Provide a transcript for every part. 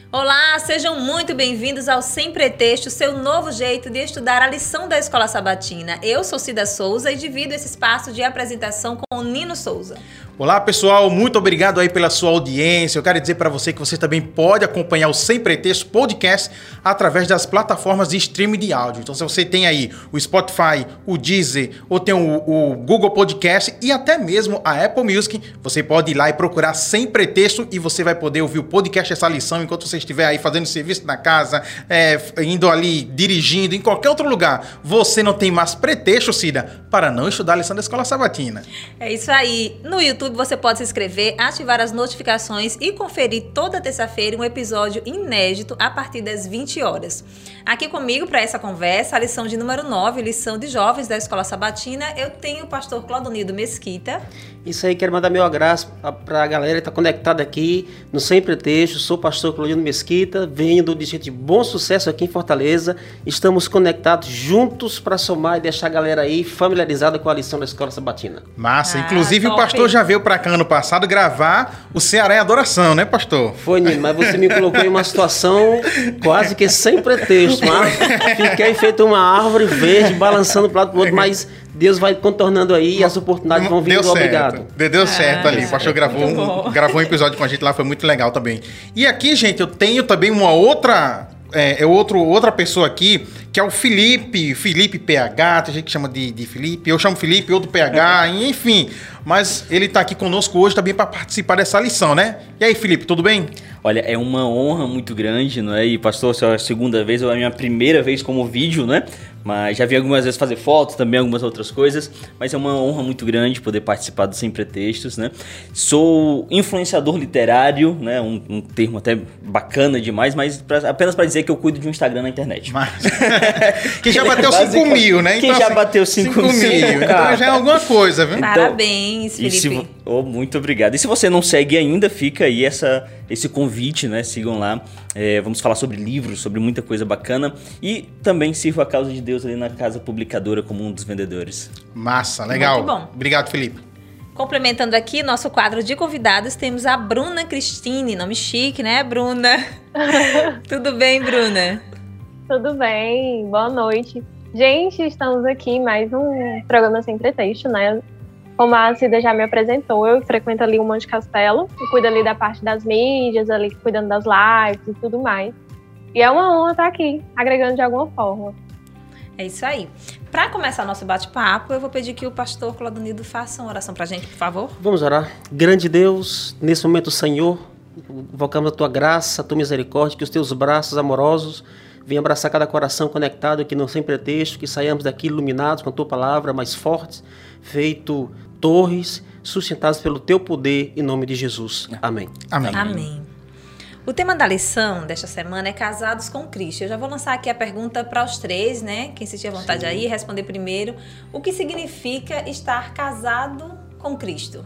Olá, sejam muito bem-vindos ao Sem Pretexto, seu novo jeito de estudar a lição da Escola Sabatina. Eu sou Cida Souza e divido esse espaço de apresentação com o Nino Souza. Olá pessoal, muito obrigado aí pela sua audiência. Eu quero dizer para você que você também pode acompanhar o Sem Pretexto podcast através das plataformas de streaming de áudio. Então se você tem aí o Spotify, o Deezer, ou tem o Google Podcast e até mesmo a Apple Music, você pode ir lá e procurar Sem Pretexto e você vai poder ouvir o podcast dessa lição enquanto você estiver aí fazendo serviço na casa, indo ali, dirigindo, em qualquer outro lugar. Você não tem mais pretexto, Cida, para não estudar a lição da Escola Sabatina. É isso aí. No YouTube você pode se inscrever, ativar as notificações e conferir toda terça-feira um episódio inédito a partir das 20 horas. Aqui comigo para essa conversa, a lição de número 9, lição de jovens da Escola Sabatina, eu tenho o pastor Clodonildo Mesquita. Isso aí, quero mandar meu abraço para a galera que está conectada aqui no Sem Pretexto. Sou o pastor Clodonildo Mesquita, venho do distrito de Bom Sucesso aqui em Fortaleza. Estamos conectados juntos para somar e deixar a galera aí familiarizada com a lição da Escola Sabatina. Massa, inclusive top. O pastor já veio para cá ano passado gravar o Ceará em Adoração, né, pastor? Foi, Nino, mas você me colocou em uma situação quase que sem pretexto, mas fiquei feito uma árvore verde, balançando para um lado para o outro, mas Deus vai contornando aí e as oportunidades vão vindo. Obrigado. Deu certo ali. O pastor gravou um episódio com a gente lá, foi muito legal também. E aqui, gente, eu tenho também uma outra pessoa aqui, que é o Felipe PH, tem gente que chama de Felipe, eu chamo Felipe, outro PH, enfim. Mas ele está aqui conosco hoje também para participar dessa lição, né? E aí, Felipe, tudo bem? Olha, é uma honra muito grande, não é? E pastor, essa é a segunda vez, ou é a minha primeira vez como vídeo, né? Mas já vi algumas vezes fazer fotos, também algumas outras coisas, mas é uma honra muito grande poder participar do Sem Pretextos, né? Sou influenciador literário, né? Um termo até bacana demais, mas apenas para dizer que eu cuido de um Instagram na internet. Mas... que já bateu 5 mil, né? Então, já bateu 5 mil. Então já é alguma coisa, viu? Parabéns, Felipe. Muito obrigado. E se você não segue ainda, fica aí esse convite, né? Sigam lá. Vamos falar sobre livros, sobre muita coisa bacana. E também sirvo a causa de Deus ali na casa publicadora como um dos vendedores. Massa, legal. Muito bom. Obrigado, Felipe. Complementando aqui nosso quadro de convidados, temos a Bruna Cristine, nome chique, né, Bruna? Tudo bem, Bruna? Tudo bem, boa noite. Gente, estamos aqui em mais um programa Sem Pretexto, né? Como a Cida já me apresentou, eu frequento ali o Monte Castelo, e cuido ali da parte das mídias, ali cuidando das lives e tudo mais. E é uma honra estar aqui, agregando de alguma forma. É isso aí. Para começar nosso bate-papo, eu vou pedir que o pastor Clodonildo faça uma oração para a gente, por favor. Vamos orar. Grande Deus, nesse momento, Senhor, invocamos a Tua graça, a Tua misericórdia, que os Teus braços amorosos venham abraçar cada coração conectado aqui no Sem Pretexto, que saiamos daqui iluminados com a Tua palavra, mais fortes, feito torres, sustentados pelo Teu poder, em nome de Jesus. Amém. Amém. Amém. O tema da lição desta semana é Casados com Cristo. Eu já vou lançar aqui a pergunta para os três, né? Quem sentir a vontade aí, responder primeiro. O que significa estar casado com Cristo?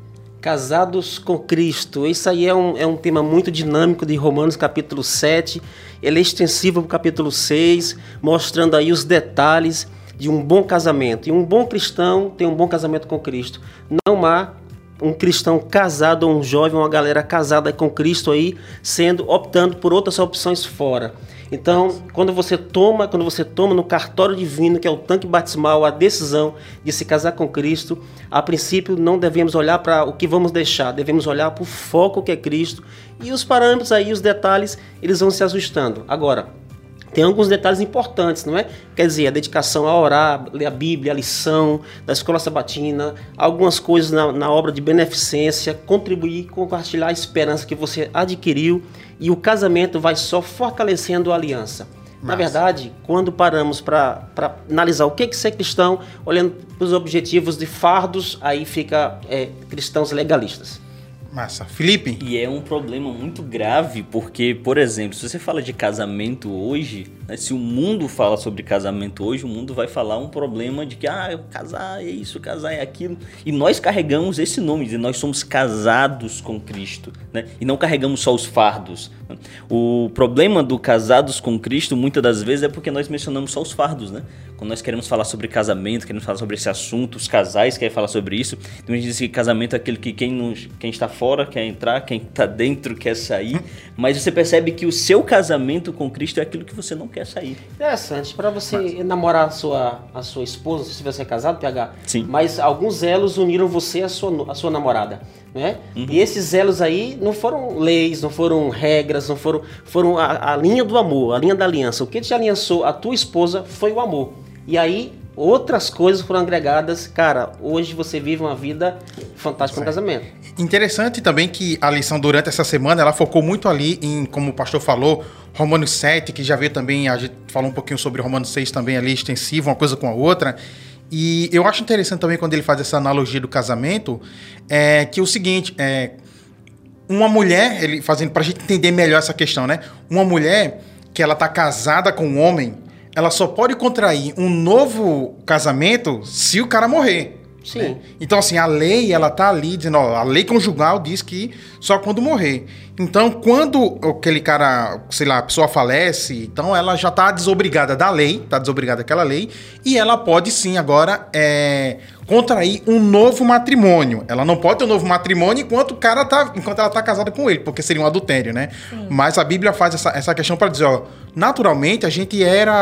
Casados com Cristo. Isso aí é um tema muito dinâmico de Romanos capítulo 7. Ele é extensivo para o capítulo 6, mostrando aí os detalhes de um bom casamento. E um bom cristão tem um bom casamento com Cristo. Não há um cristão casado ou um jovem, uma galera casada com Cristo aí, optando por outras opções fora. Então, quando você toma no cartório divino, que é o tanque batismal, a decisão de se casar com Cristo, a princípio não devemos olhar para o que vamos deixar, devemos olhar para o foco que é Cristo, e os parâmetros aí, os detalhes, eles vão se ajustando. Agora, tem alguns detalhes importantes, não é? Quer dizer, a dedicação a orar, ler a Bíblia, a lição da Escola Sabatina, algumas coisas na obra de beneficência, contribuir, compartilhar a esperança que você adquiriu, e o casamento vai só fortalecendo a aliança. Nossa. Na verdade, quando paramos para analisar o que é ser cristão, olhando para os objetivos de fardos, aí fica cristãos legalistas. Massa. Felipe? E é um problema muito grave, porque, por exemplo, se você fala de casamento hoje, né, se o mundo fala sobre casamento hoje, o mundo vai falar um problema de que casar é isso, casar é aquilo. E nós carregamos esse nome, e nós somos casados com Cristo, né? E não carregamos só os fardos. Né? O problema do casados com Cristo, muitas das vezes, é porque nós mencionamos só os fardos, né? Quando nós queremos falar sobre casamento, queremos falar sobre esse assunto, os casais querem falar sobre isso. Então a gente diz que casamento é aquele que quem está fora fora quer entrar, quem tá dentro quer sair, mas você percebe que o seu casamento com Cristo é aquilo que você não quer sair. Interessante, para você namorar a sua esposa, se você é casado, PH, Sim. mas alguns elos uniram você à sua namorada, né? E esses elos aí não foram leis, não foram regras, não foram a linha do amor, a linha da aliança. O que te aliançou a tua esposa foi o amor. E aí outras coisas foram agregadas. Cara, hoje você vive uma vida fantástica no casamento. Interessante também que a lição durante essa semana, ela focou muito ali em, como o pastor falou, Romanos 7, que já veio também, a gente falou um pouquinho sobre Romanos 6 também ali, extensivo, uma coisa com a outra. E eu acho interessante também quando ele faz essa analogia do casamento, que é o seguinte, uma mulher, ele fazendo pra gente entender melhor essa questão, né? Uma mulher que ela tá casada com um homem, ela só pode contrair um novo casamento se o cara morrer. Sim. Né? Então, assim, a lei, ela tá ali dizendo, ó, a lei conjugal diz que só quando morrer. Então, quando aquele cara, sei lá, a pessoa falece, então ela já tá desobrigada da lei, tá desobrigada daquela lei, e ela pode sim agora contrair um novo matrimônio. Ela não pode ter um novo matrimônio enquanto ela tá casada com ele, porque seria um adultério, né? Sim. Mas a Bíblia faz essa questão para dizer, ó, naturalmente a gente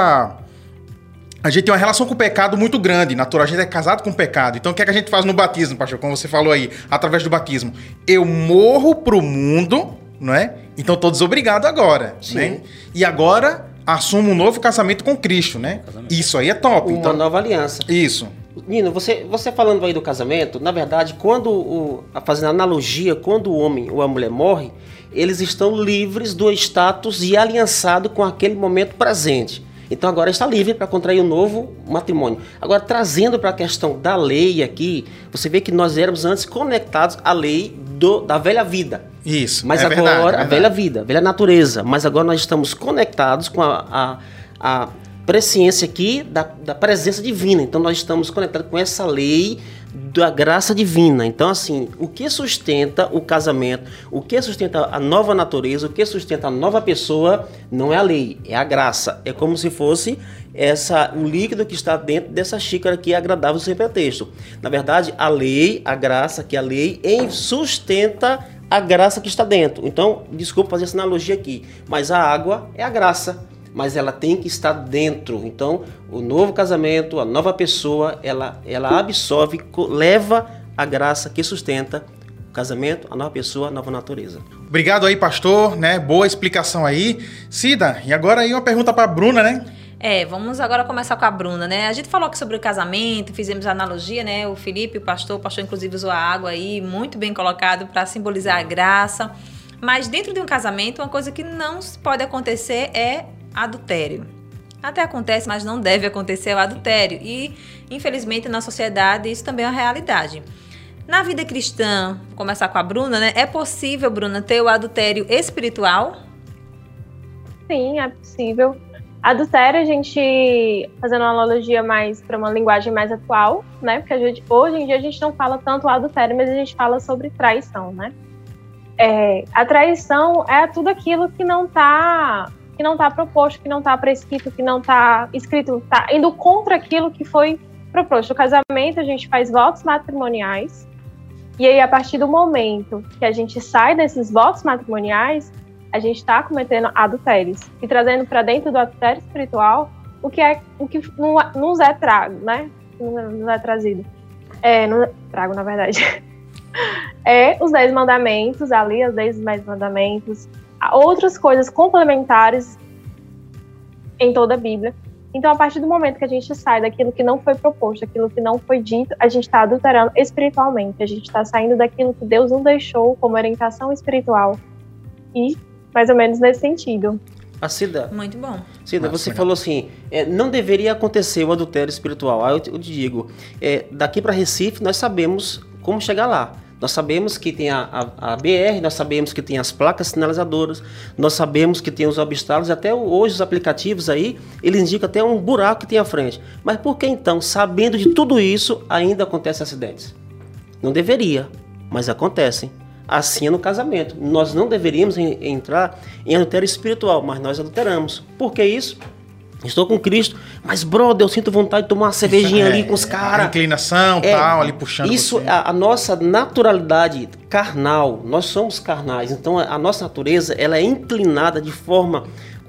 tem uma relação com o pecado muito grande, natural, a gente é casado com o pecado. Então o que é que a gente faz no batismo, pastor? Como você falou aí, através do batismo. Eu morro pro mundo, não é? Então tô desobrigado agora, Sim. né? E agora assumo um novo casamento com Cristo, né? Isso aí é top. Uma nova aliança. Isso. Nino, você falando aí do casamento, na verdade, fazendo analogia, quando o homem ou a mulher morre, eles estão livres do status e aliançado com aquele momento presente. Então agora está livre para contrair um novo matrimônio. Agora, trazendo para a questão da lei aqui, você vê que nós éramos antes conectados à lei da velha vida. Isso, mas agora, verdade. A velha vida, a velha natureza. Mas agora nós estamos conectados com a presciência aqui da presença divina. Então nós estamos conectados com essa lei da graça divina. Então, assim, o que sustenta o casamento, o que sustenta a nova natureza, o que sustenta a nova pessoa, não é a lei, é a graça. É como se fosse o líquido que está dentro dessa xícara que é agradável sem pretexto. Na verdade, a lei, a graça, que a lei sustenta a graça que está dentro. Então, desculpa fazer essa analogia aqui, mas a água é a graça, mas ela tem que estar dentro. Então, o novo casamento, a nova pessoa, ela absorve, leva a graça que sustenta o casamento, a nova pessoa, a nova natureza. Obrigado aí, pastor, né? Boa explicação aí. Cida, e agora aí uma pergunta para a Bruna, né? Vamos agora começar com a Bruna, né? A gente falou aqui sobre o casamento, fizemos a analogia, né? O Felipe, o pastor inclusive usou a água aí, muito bem colocado para simbolizar a graça. Mas dentro de um casamento, uma coisa que não pode acontecer é adultério. Até acontece, mas não deve acontecer o adultério. E, infelizmente, na sociedade, isso também é uma realidade. Na vida cristã, vou começar com a Bruna, né? É possível, Bruna, ter o adultério espiritual? Sim, é possível. Adultério, a gente, fazendo uma analogia mais para uma linguagem mais atual, né? Porque hoje em dia a gente não fala tanto adultério, mas a gente fala sobre traição, né? A traição é tudo aquilo que não está proposto, que não está prescrito, que não está escrito, está indo contra aquilo que foi proposto. No casamento, a gente faz votos matrimoniais, e aí, a partir do momento que a gente sai desses votos matrimoniais, a gente está cometendo adultérios. E trazendo para dentro do adultério espiritual o que não nos é trago, né? Não é trazido. Não é trago, na verdade. Os 10 mandamentos ali, os 10 mais mandamentos, outras coisas complementares em toda a Bíblia. Então, a partir do momento que a gente sai daquilo que não foi proposto, aquilo que não foi dito, a gente está adulterando espiritualmente. A gente está saindo daquilo que Deus nos deixou como orientação espiritual. E, mais ou menos nesse sentido. Cida, muito bom. Cida, você falou assim, não deveria acontecer o adultério espiritual. Aí eu te digo, daqui para Recife, nós sabemos como chegar lá. Nós sabemos que tem a BR, nós sabemos que tem as placas sinalizadoras, nós sabemos que tem os obstáculos, até hoje os aplicativos aí, eles indicam até um buraco que tem à frente. Mas por que então, sabendo de tudo isso, ainda acontecem acidentes? Não deveria, mas acontecem. Assim é no casamento. Nós não deveríamos entrar em adultério espiritual, mas nós adulteramos. Por que isso? Estou com Cristo, mas, brother, eu sinto vontade de tomar uma cervejinha ali com os caras. Inclinação, tal, ali puxando Isso, você. a nossa naturalidade carnal, nós somos carnais, então a nossa natureza ela é inclinada de forma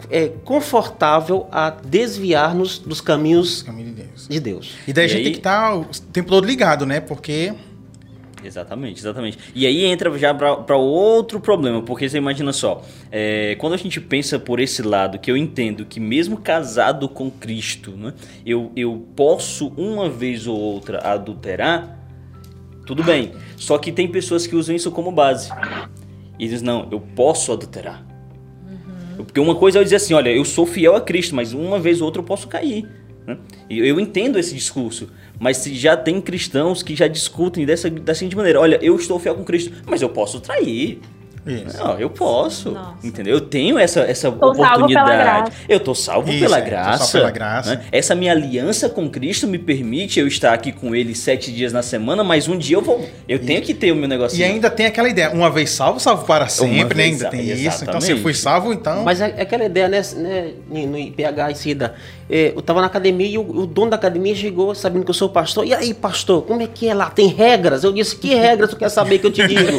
confortável a desviar-nos dos caminhos Caminho de Deus. de Deus. E daí E a gente aí- tem que estar o tempo todo ligado, né? Porque... Exatamente, exatamente. E aí entra já para outro problema, porque você imagina só, quando a gente pensa por esse lado, que eu entendo que mesmo casado com Cristo, né, eu posso uma vez ou outra adulterar, tudo bem. Só que tem pessoas que usam isso como base. E dizem, não, eu posso adulterar. Porque uma coisa é eu dizer assim, olha, eu sou fiel a Cristo, mas uma vez ou outra eu posso cair. Né? E eu entendo esse discurso, mas se já tem cristãos que já discutem da seguinte maneira, olha, eu estou fiel com Cristo, mas eu posso trair. Isso. Não, eu posso, Nossa. entendeu? Eu tenho essa Tô salvo pela oportunidade. graça. Eu tô salvo Isso, pela tô graça. salvo pela graça. Né? Essa minha aliança com Cristo me permite eu estar aqui com Ele 7 dias na semana, mas um dia eu tenho que ter o meu negocinho. E ainda tem aquela ideia, uma vez salvo, salvo para sempre, né? vez Ainda tem salvo, isso. Então, se exatamente. eu fui salvo, então... Mas é aquela ideia, né, no IPH e Cida, eu tava na academia e o dono da academia chegou sabendo que eu sou pastor. E aí, pastor, como é que é lá? Tem regras? Eu disse, que regras tu quer saber que eu te digo?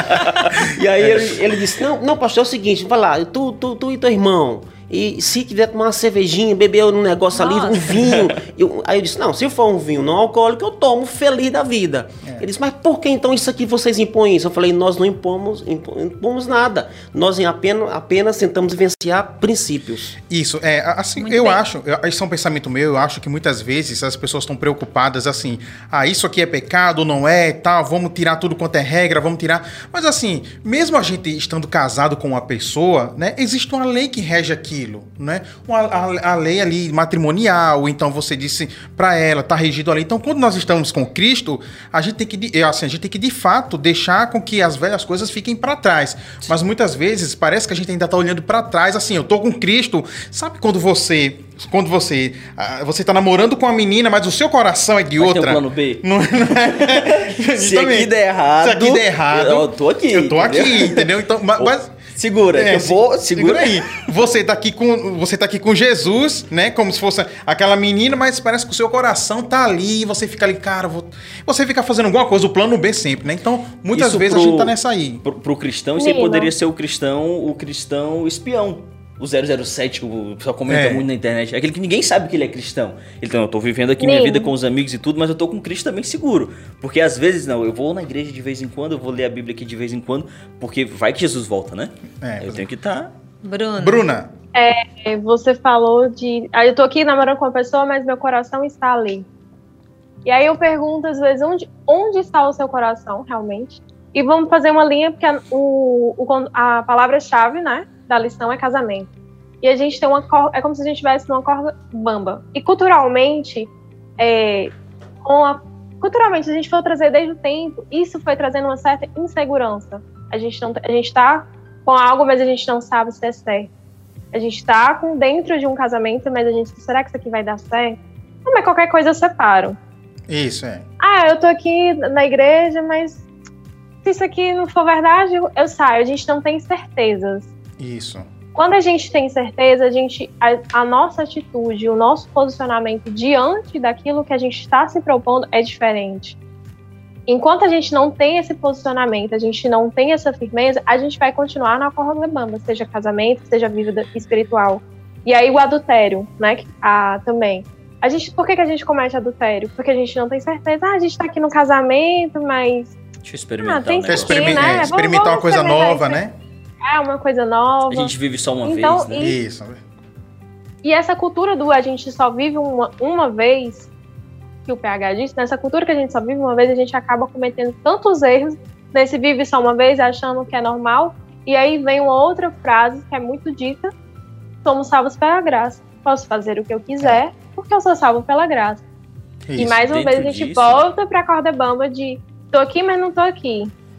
E aí ele disse, não, pastor, é o seguinte, vai lá, tu e teu irmão, e se quiser tomar uma cervejinha, beber um negócio ali, um vinho. Aí eu disse, não, se for um vinho não alcoólico, eu tomo feliz da vida. Ele disse, mas por que então isso aqui vocês impõem isso? Eu falei, nós não impomos nada. Nós apenas tentamos vivenciar princípios. Isso, assim, Muito eu bem. acho, isso é um pensamento meu, eu acho que muitas vezes as pessoas estão preocupadas assim, isso aqui é pecado ou não é, tal, vamos tirar tudo quanto é regra, vamos tirar... Mas assim, mesmo a gente estando casado com uma pessoa, né, existe uma lei que rege aquilo, né? A lei ali matrimonial, então você disse pra ela, tá regido ali. Então, quando nós estamos com Cristo, a gente tem que de fato deixar com que as velhas coisas fiquem pra trás. Mas muitas vezes parece que a gente ainda tá olhando pra trás, assim, eu tô com Cristo. Sabe quando você tá namorando com uma menina, mas o seu coração é de Mas outra? tem um plano B? Não é? Se aqui der errado... Se aqui der errado... Eu tô aqui. Eu tô entendeu? aqui, entendeu? Então, mas... Segura, que eu vou... Segura aí. Você tá aqui com Jesus, né? Como se fosse aquela menina, mas parece que o seu coração tá ali e você fica ali, cara, você fica fazendo alguma coisa, o plano B sempre, né? Então, muitas Isso vezes a gente tá nessa aí. Pro cristão, isso aí Menino. poderia ser o cristão espião. O 007, que o pessoal comenta muito na internet. É aquele que ninguém sabe que ele é cristão. Então, eu tô vivendo aqui minha vida com os amigos e tudo, mas eu tô com Cristo também seguro. Porque às vezes, não, eu vou na igreja de vez em quando, eu vou ler a Bíblia aqui de vez em quando, porque vai que Jesus volta, né? Eu tenho que estar... Bruna. Você falou de... eu tô aqui namorando com uma pessoa, mas meu coração está ali. E aí eu pergunto, às vezes, onde está o seu coração, realmente? E vamos fazer uma linha, porque a palavra-chave, né, da lição é casamento. E a gente tem é como se a gente estivesse numa corda bamba. E culturalmente, culturalmente, se a gente for trazer desde o tempo, isso foi trazendo uma certa insegurança. A gente tá com algo, mas a gente não sabe se é certo. A gente tá dentro de um casamento, mas a gente, será que isso aqui vai dar certo? Não, mas qualquer coisa eu separo. Isso, eu tô aqui na igreja, mas se isso aqui não for verdade, eu saio. A gente não tem certezas. Isso. Quando a gente tem certeza, a nossa atitude, o nosso posicionamento diante daquilo que a gente está se propondo é diferente. Enquanto a gente não tem esse posicionamento, a gente não tem essa firmeza, a gente vai continuar na corda bamba, seja casamento, seja vida espiritual. E aí o adultério, né, também. Por que a gente comete adultério? Porque a gente não tem certeza. A gente tá aqui no casamento, mas... Deixa eu experimentar tem um que negócio. né? Experimentar uma coisa nova, né? Uma coisa nova. A gente vive só uma Então, vez, né? Isso. E essa cultura a gente só vive uma vez, que o PH disse, nessa cultura que a gente só vive uma vez, a gente acaba cometendo tantos erros nesse vive só uma vez, achando que é normal. E aí vem uma outra frase que é muito dita: somos salvos pela graça. Posso fazer o que eu quiser, porque eu sou salvo pela graça. Isso. E mais uma vez a gente volta pra corda bamba de tô aqui, mas não tô aqui.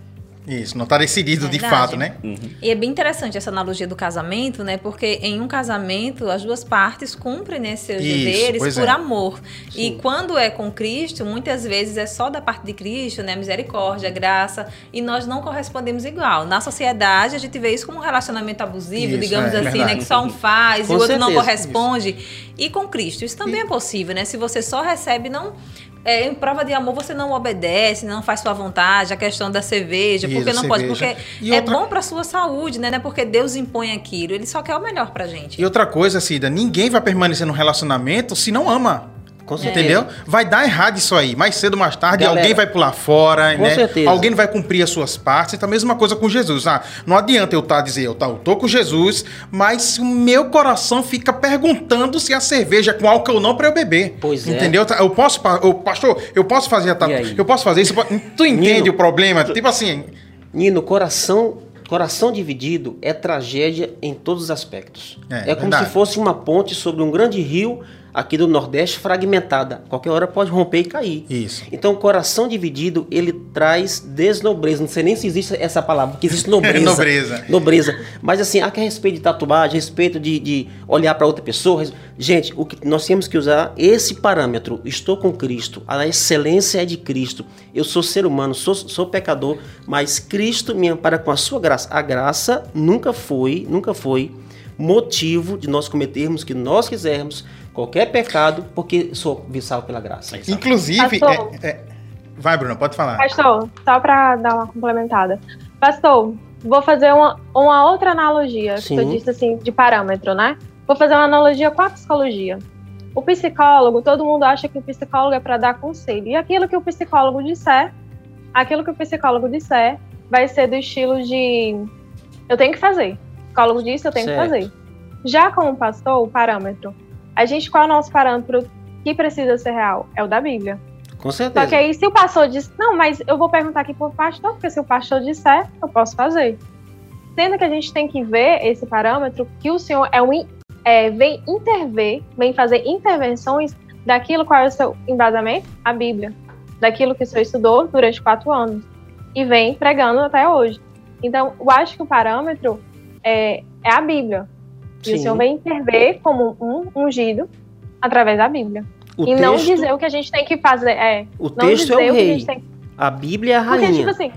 Isso, não está decidido de Verdade. fato, né? E é bem interessante essa analogia do casamento, né? Porque em um casamento as duas partes cumprem, né, seus Isso, deveres pois por é. amor. E quando é com Cristo, muitas vezes é só da parte de Cristo, né? Misericórdia, graça, e nós não correspondemos igual. Na sociedade a gente vê isso como um relacionamento abusivo, Isso, digamos é assim, verdade. né? Que só um faz Com e o outro não certeza, corresponde. E com Cristo isso também é possível, né? Se você só recebe, não... em prova de amor você não obedece, não faz sua vontade, a questão da cerveja, Isso, porque não pode, cerveja. porque E é outra- bom pra sua saúde, né? Não é porque Deus impõe aquilo, ele só quer o melhor pra gente. E outra coisa, Cida, ninguém vai permanecer num relacionamento se não ama. Com certeza. Entendeu? Vai dar errado isso aí. Mais cedo ou mais tarde, Galera, alguém vai pular fora, com né? certeza. Alguém vai cumprir as suas partes. Então, a mesma coisa com Jesus. Não adianta eu dizer, eu tô com Jesus, mas o meu coração fica perguntando se a cerveja é com álcool ou não para eu beber. Pois é. Entendeu? Pastor, eu posso fazer E aí? eu posso fazer isso? Tu entende Nino, o problema? Tipo assim, Nino, coração dividido é tragédia em todos os aspectos. É, É como verdade. se fosse uma ponte sobre um grande rio aqui do Nordeste fragmentada. Qualquer hora pode romper e cair. Isso. Então, coração dividido, ele traz desnobreza. Não sei nem se existe essa palavra, porque existe nobreza. Nobreza. Nobreza. Mas assim, a respeito de tatuagem, a respeito de olhar para outra pessoa. Gente, o que nós temos que usar esse parâmetro. Estou com Cristo. A excelência é de Cristo. Eu sou ser humano, sou pecador, mas Cristo me ampara com a sua graça. A graça nunca foi motivo de nós cometermos o que nós quisermos, qualquer pecado, porque sou salvo pela graça. inclusive... Pastor. Vai, Bruna, pode falar. Pastor, só para dar uma complementada. Pastor, vou fazer uma outra analogia, que Sim. você disse assim, de parâmetro, né? Vou fazer uma analogia com a psicologia. O psicólogo, todo mundo acha que o psicólogo é para dar conselho. E aquilo que o psicólogo disser vai ser do estilo de eu tenho que fazer. O psicólogo disse, eu tenho que Certo. fazer. Já com o pastor, o parâmetro, qual é o nosso parâmetro que precisa ser real? É o da Bíblia. Com certeza. Só que aí, se o pastor diz, não, mas eu vou perguntar aqui pro pastor, porque se o pastor disser, eu posso fazer. Sendo que a gente tem que ver esse parâmetro, que o Senhor vem intervir, vem fazer intervenções daquilo, qual é o seu embasamento? A Bíblia. Daquilo que o Senhor estudou durante 4 anos. E vem pregando até hoje. Então, eu acho que o parâmetro é a Bíblia. E Sim. o Senhor vem intervir como um ungido através da Bíblia. O e texto, não dizer o que a gente tem que fazer. o Não texto dizer é o que a rei. gente tem. A Bíblia é a Porque, rainha. tipo assim,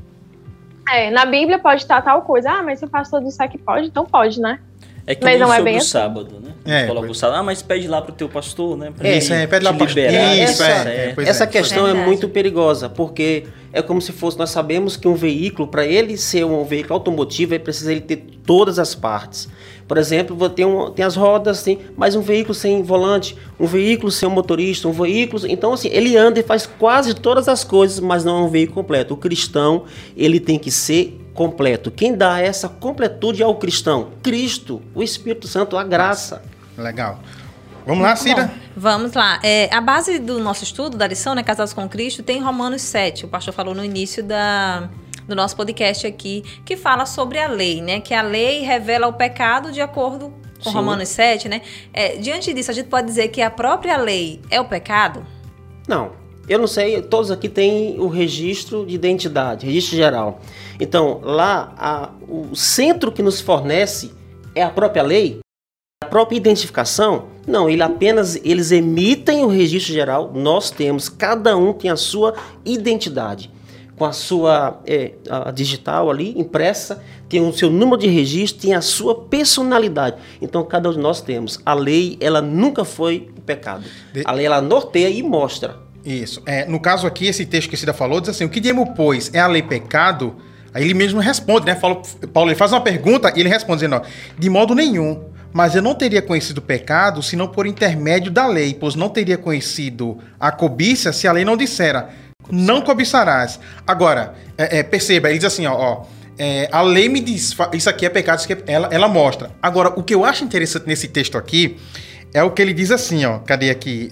na Bíblia pode estar tal coisa. Ah, mas se o pastor disser que pode, então pode, né? É que Mas nem não é sobre bem o assim. sábado, né? Coloca o sábado. Ah, mas pede lá pro teu pastor, né? Pra Isso, ele pede lá te pro liberar. Isso, certo. pois Essa é. questão é Verdade. muito perigosa, porque é como se fosse, nós sabemos que um veículo, para ele ser um veículo automotivo, ele precisa ele ter todas as partes. Por exemplo, tem as rodas, mas um veículo sem volante, um veículo sem um motorista, um veículo... Então, assim, ele anda e faz quase todas as coisas, mas não é um veículo completo. O cristão, ele tem que ser completo. Quem dá essa completude ao cristão? Cristo, o Espírito Santo, a graça. Legal. Vamos lá, Cida? Bom, vamos lá. A base do nosso estudo, da lição, né, Casados com Cristo, tem Romanos 7. O pastor falou no início do nosso podcast aqui, que fala sobre a lei, né? Que a lei revela o pecado de acordo com Sim. Romanos 7, né? Diante disso, a gente pode dizer que a própria lei é o pecado? Não, eu não sei, todos aqui têm o registro de identidade, registro geral. Então, lá, o centro que nos fornece é a própria lei, a própria identificação. Não, eles emitem o registro geral, nós temos, cada um tem a sua identidade. Com a sua a digital ali, impressa, tem o seu número de registro, tem a sua personalidade. Então, cada um de nós temos. A lei, ela nunca foi o pecado. A lei, ela norteia e mostra. Isso. No caso aqui, esse texto que a Cida falou, diz assim, o que diremos, pois, é a lei pecado? Aí ele mesmo responde, né? Paulo, ele faz uma pergunta e ele responde dizendo, ó, de modo nenhum, mas eu não teria conhecido o pecado senão por intermédio da lei, pois não teria conhecido a cobiça se a lei não dissera, não cobiçarás. Agora, perceba, ele diz assim, a lei me diz, isso aqui é pecado, isso aqui ela mostra. Agora, o que eu acho interessante nesse texto aqui é o que ele diz assim, cadê aqui?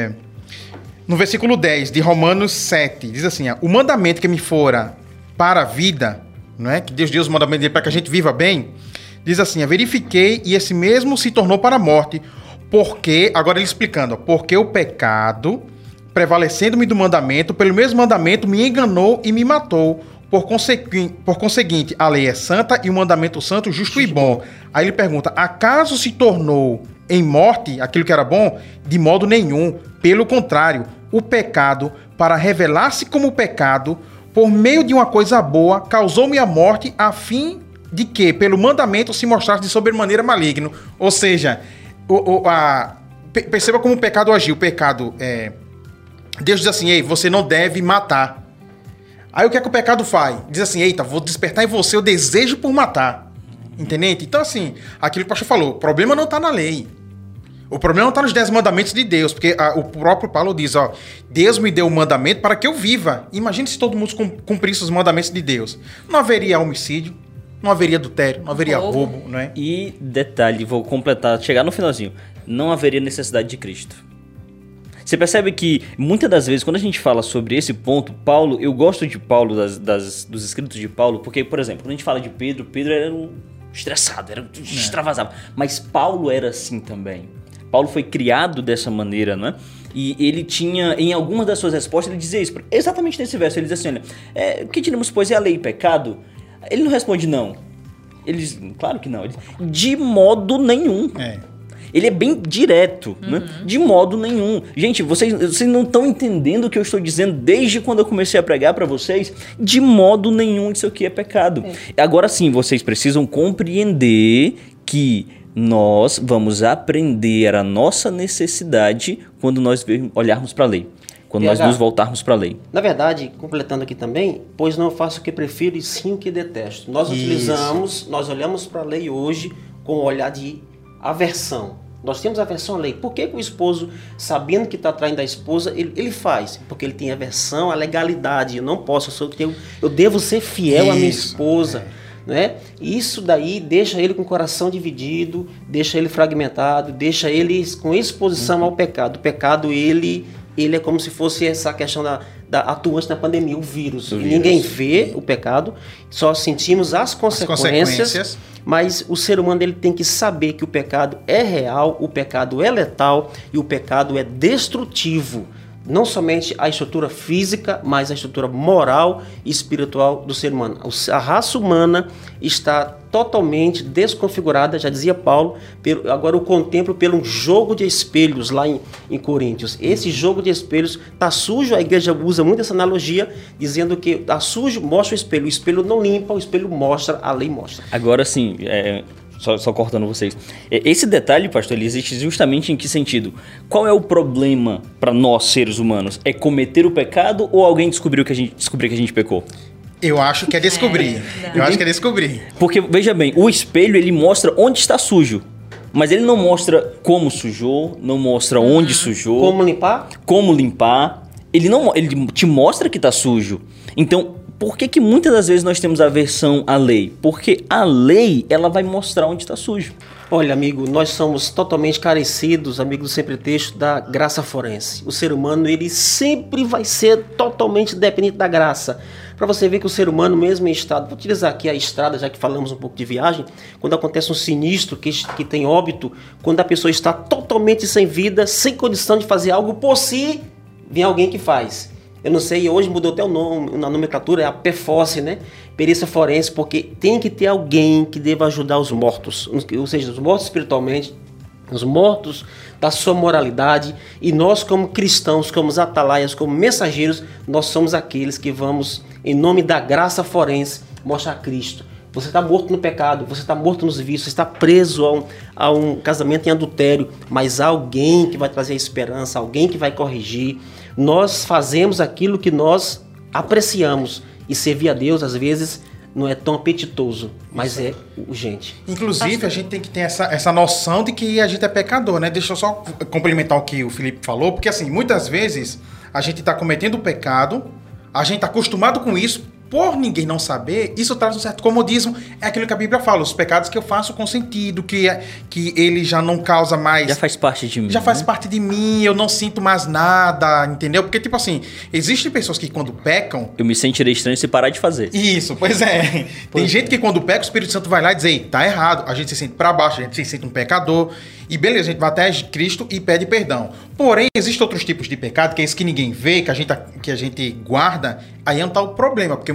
No versículo 10 de Romanos 7, diz assim, o mandamento que me fora para a vida, não é? Que Deus deu os mandamentos dele para que a gente viva bem, diz assim, verifiquei e esse mesmo se tornou para a morte, porque, agora ele explicando, porque o pecado, prevalecendo-me do mandamento, pelo mesmo mandamento me enganou e me matou, Por conseguinte, a lei é santa e o mandamento santo, justo e bom. Aí ele pergunta, acaso se tornou em morte aquilo que era bom? De modo nenhum. Pelo contrário, o pecado, para revelar-se como pecado, por meio de uma coisa boa, causou-me a morte, a fim de que, pelo mandamento, se mostrasse de sobremaneira maligno. Ou seja, perceba como o pecado agiu. O pecado, Deus diz assim, ei, você não deve matar. Aí o que é que o pecado faz? Diz assim, eita, vou despertar em você o desejo por matar. Entendente? Então assim, aquilo que o pastor falou, o problema não está na lei. O problema não está nos 10 mandamentos de Deus, porque o próprio Paulo diz, ó, Deus me deu um mandamento para que eu viva. Imagine se todo mundo cumprisse os mandamentos de Deus. Não haveria homicídio, não haveria adultério, não haveria roubo, não é? E detalhe, vou completar, chegar no finalzinho, não haveria necessidade de Cristo. Você percebe que muitas das vezes, quando a gente fala sobre esse ponto, Paulo, eu gosto de Paulo, dos escritos de Paulo, porque, por exemplo, quando a gente fala de Pedro, Pedro era um estressado, extravasava. Mas Paulo era assim também. Paulo foi criado dessa maneira, não é? E ele tinha, em algumas das suas respostas, ele dizia isso. Exatamente nesse verso, ele diz assim, olha, o que diremos, pois, é a lei e pecado? Ele não responde não. Ele diz, claro que não. Ele diz, de modo nenhum. Ele é bem direto, né? De modo nenhum. Gente, vocês não estão entendendo o que eu estou dizendo desde quando eu comecei a pregar para vocês. De modo nenhum isso aqui é pecado. Agora sim, vocês precisam compreender que nós vamos aprender a nossa necessidade quando nós olharmos para a lei. Quando nós nos voltarmos para a lei. Na verdade, completando aqui também, pois não faço o que prefiro e sim o que detesto. Nós nós olhamos para a lei hoje com um olhar de aversão. Nós temos aversão à lei. Por que o esposo, sabendo que está traindo a esposa, ele faz? Porque ele tem aversão à legalidade. Eu não posso, eu devo ser fiel à minha esposa. Né? Isso daí deixa ele com o coração dividido, deixa ele fragmentado, deixa ele com exposição ao pecado. O pecado, ele é como se fosse essa questão da atuante na pandemia, o vírus. Ninguém vê o pecado, só sentimos as consequências. Mas o ser humano ele tem que saber que o pecado é real, o pecado é letal e o pecado é destrutivo. Não somente a estrutura física, mas a estrutura moral e espiritual do ser humano. A raça humana está totalmente desconfigurada, já dizia Paulo, agora eu contemplo pelo jogo de espelhos lá em Coríntios. Esse jogo de espelhos está sujo, a igreja usa muito essa analogia, dizendo que está sujo, mostra o espelho não limpa, o espelho mostra, a lei mostra. Agora sim, Só cortando vocês. Esse detalhe, pastor, ele existe justamente em que sentido? Qual é o problema para nós, seres humanos? É cometer o pecado ou alguém descobrir que a gente pecou? Eu acho que é descobrir. Porque, veja bem, o espelho, ele mostra onde está sujo. Mas ele não mostra como sujou, não mostra onde sujou. Como limpar. Ele te mostra que está sujo. Então, por que muitas das vezes nós temos aversão à lei? Porque a lei, ela vai mostrar onde está sujo. Olha, amigo, nós somos totalmente carecidos, amigo do Sempre Texto, da graça forense. O ser humano, ele sempre vai ser totalmente dependente da graça. Para você ver que o ser humano, mesmo em estado... Vou utilizar aqui a estrada, já que falamos um pouco de viagem. Quando acontece um sinistro que tem óbito, quando a pessoa está totalmente sem vida, sem condição de fazer algo por si, vem alguém que faz. Eu não sei, hoje mudou até o nome, na nomenclatura, é a PFOS, né? Perícia forense, porque tem que ter alguém que deva ajudar os mortos, ou seja, os mortos espiritualmente, os mortos da sua moralidade, e nós como cristãos, como atalaias, como mensageiros, nós somos aqueles que vamos, em nome da graça forense, mostrar Cristo. Você está morto no pecado, você está morto nos vícios, você está preso a um casamento em adultério, mas há alguém que vai trazer esperança, alguém que vai corrigir. Nós fazemos aquilo que nós apreciamos, e servir a Deus, às vezes, não é tão apetitoso, mas é urgente. Inclusive, a gente tem que ter essa noção de que a gente é pecador, né? Deixa eu só complementar o que o Felipe falou, porque assim, muitas vezes a gente está cometendo pecado, a gente está acostumado com isso, por ninguém não saber, isso traz um certo comodismo. É aquilo que a Bíblia fala, os pecados que eu faço com sentido, que ele já não causa mais... Já faz parte de mim. Já faz parte de mim, eu não sinto mais nada, entendeu? Porque, tipo assim, existem pessoas que quando pecam... Eu me sentirei estranho se parar de fazer. Isso, pois é. Tem gente que quando peca, o Espírito Santo vai lá e diz, ei, tá errado. A gente se sente pra baixo, a gente se sente um pecador. E beleza, a gente vai até Cristo e pede perdão. Porém, existem outros tipos de pecado, que é isso que ninguém vê, que a gente guarda. Aí é um tal problema, porque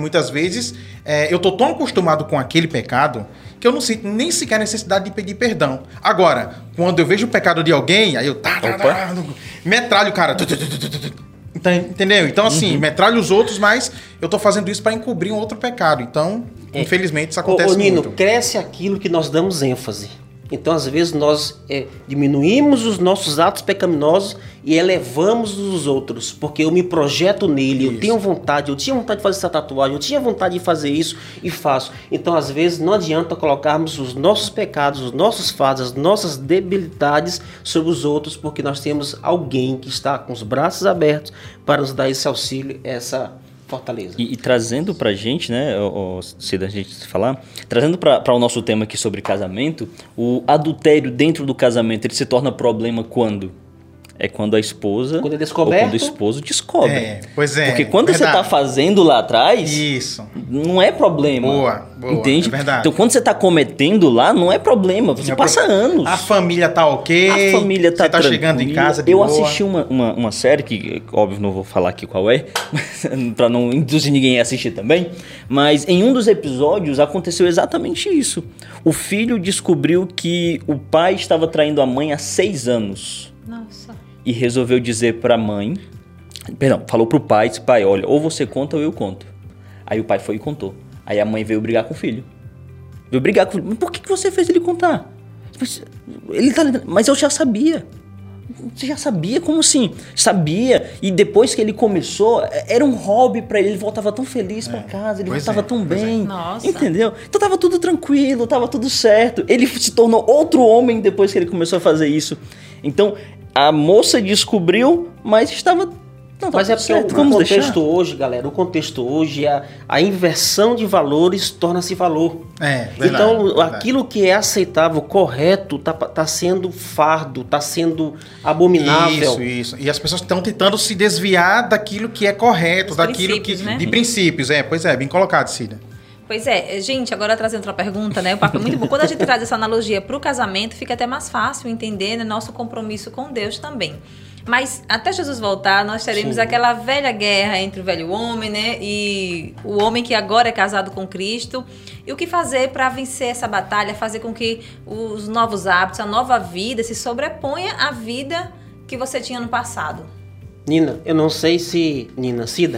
muitas vezes eu tô tão acostumado com aquele pecado que eu não sinto nem sequer a necessidade de pedir perdão. Agora, quando eu vejo o pecado de alguém, aí eu metralho o cara. Entendeu? Então, assim, metralho os outros, mas eu tô fazendo isso para encobrir um outro pecado. Então, infelizmente, isso acontece Nino, muito. cresce aquilo que nós damos ênfase. Então, às vezes, nós diminuímos os nossos atos pecaminosos e elevamos os outros, porque eu me projeto nele, eu tinha vontade de fazer essa tatuagem, eu tinha vontade de fazer isso e faço. Então, às vezes, não adianta colocarmos os nossos pecados, os nossos fatos, as nossas debilidades sobre os outros, porque nós temos alguém que está com os braços abertos para nos dar esse auxílio, essa fortaleza. E trazendo pra gente, né, se da gente falar, trazendo para o nosso tema aqui sobre casamento, o adultério dentro do casamento, ele se torna problema quando? É quando a esposa quando é ou descoberto, quando o esposo descobre. Pois é. Porque quando você tá fazendo lá atrás, isso não é problema. Boa, entende? É verdade. Então quando você tá cometendo lá, não é problema. Você passa anos. A família tá ok. A família tá Você tá chegando em casa de Eu boa. assisti uma série que, óbvio, não vou falar aqui qual é, pra não induzir ninguém a assistir também, mas em um dos episódios aconteceu exatamente isso. O filho descobriu que o pai estava traindo a mãe há 6 anos. Nossa. E resolveu dizer pra mãe, falou pro pai, disse, pai, olha, ou você conta ou eu conto. Aí o pai foi e contou. Aí a mãe veio brigar com o filho. Veio brigar com o filho. Mas por que você fez ele contar? Mas eu já sabia. Você já sabia? Como assim? Sabia. E depois que ele começou, era um hobby pra ele. Ele voltava tão feliz pra casa, ele voltava tão bem. Nossa. Entendeu? Então tava tudo tranquilo, tava tudo certo. Ele se tornou outro homem depois que ele começou a fazer isso. Então, a moça descobriu, mas estava... Não, mas é porque certo, o contexto hoje, galera, o contexto hoje, a inversão de valores torna-se valor. Verdade, então, verdade. aquilo que é aceitável, correto, tá sendo fardo, tá sendo abominável. Isso. E as pessoas estão tentando se desviar daquilo que é correto, daquilo que... Né? De princípios, pois é, bem colocado, Cida. Pois é, gente, agora trazendo outra pergunta, né? O papo é muito bom. Quando a gente traz essa analogia para o casamento, fica até mais fácil entender, né, nosso compromisso com Deus também. Mas até Jesus voltar, nós teremos aquela velha guerra entre o velho homem, né, e o homem que agora é casado com Cristo. E o que fazer para vencer essa batalha, fazer com que os novos hábitos, a nova vida se sobreponha à vida que você tinha no passado? Nina, eu não sei se... Nina, Cida?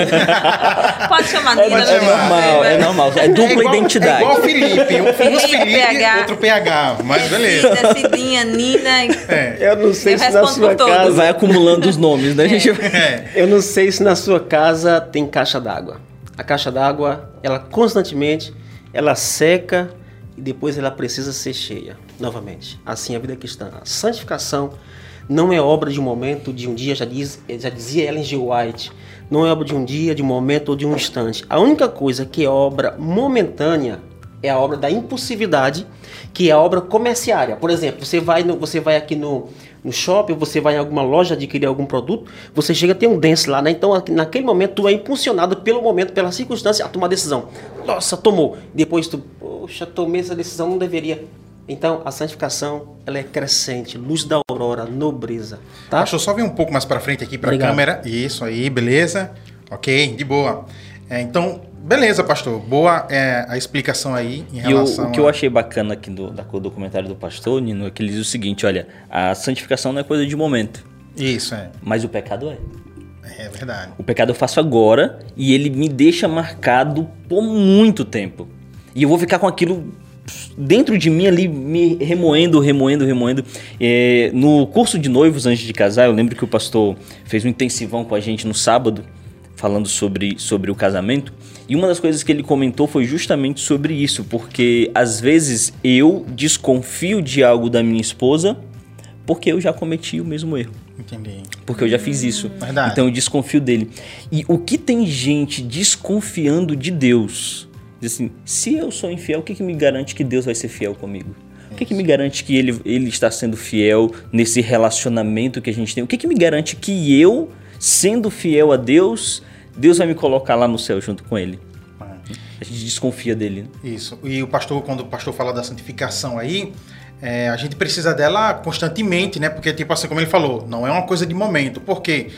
Pode chamar Nina. É normal. É dupla identidade. É igual Felipe. Um Felipe, PH. outro PH. Mas beleza. Cida, Cidinha, Nina. Eu não sei Eu se na respondo sua por todos. casa... Vai acumulando os nomes, né? Gente? Eu não sei se na sua casa tem caixa d'água. A caixa d'água, ela constantemente, ela seca e depois ela precisa ser cheia novamente. Assim é a vida cristã. A santificação não é obra de um momento, de um dia, já dizia Ellen G. White. Não é obra de um dia, de um momento ou de um instante. A única coisa que é obra momentânea é a obra da impulsividade, que é a obra comerciária. Por exemplo, você vai aqui no shopping, você vai em alguma loja adquirir algum produto, você chega a ter um dance lá, né? Então, naquele momento, tu é impulsionado pelo momento, pela circunstância, a tomar decisão. Nossa, tomou. Depois tu, poxa, tomei essa decisão, não deveria. Então, a santificação, ela é crescente, luz da aurora, nobreza. Tá? Deixa eu só vir um pouco mais pra frente aqui pra Obrigado. câmera. Isso aí, beleza. Ok, de boa. Então, beleza, pastor. Boa a explicação aí em relação o que eu achei bacana aqui do documentário do pastor, Nino, é que ele diz o seguinte, olha, a santificação não é coisa de momento. Isso, Mas o pecado é. É verdade. O pecado eu faço agora e ele me deixa marcado por muito tempo. E eu vou ficar com aquilo dentro de mim ali, me remoendo. No curso de noivos antes de casar, eu lembro que o pastor fez um intensivão com a gente no sábado, falando sobre o casamento. E uma das coisas que ele comentou foi justamente sobre isso, porque às vezes eu desconfio de algo da minha esposa porque eu já cometi o mesmo erro. Entendi. Porque eu já fiz isso. Verdade. Então eu desconfio dele. E o que tem gente desconfiando de Deus? Diz assim, se eu sou infiel, o que me garante que Deus vai ser fiel comigo? O que me garante que ele está sendo fiel nesse relacionamento que a gente tem? O que me garante que eu, sendo fiel a Deus, Deus vai me colocar lá no céu junto com ele? A gente desconfia dele. Né? Isso. E quando o pastor fala da santificação aí, a gente precisa dela constantemente, né? Porque, tipo assim, como ele falou, não é uma coisa de momento. Por quê?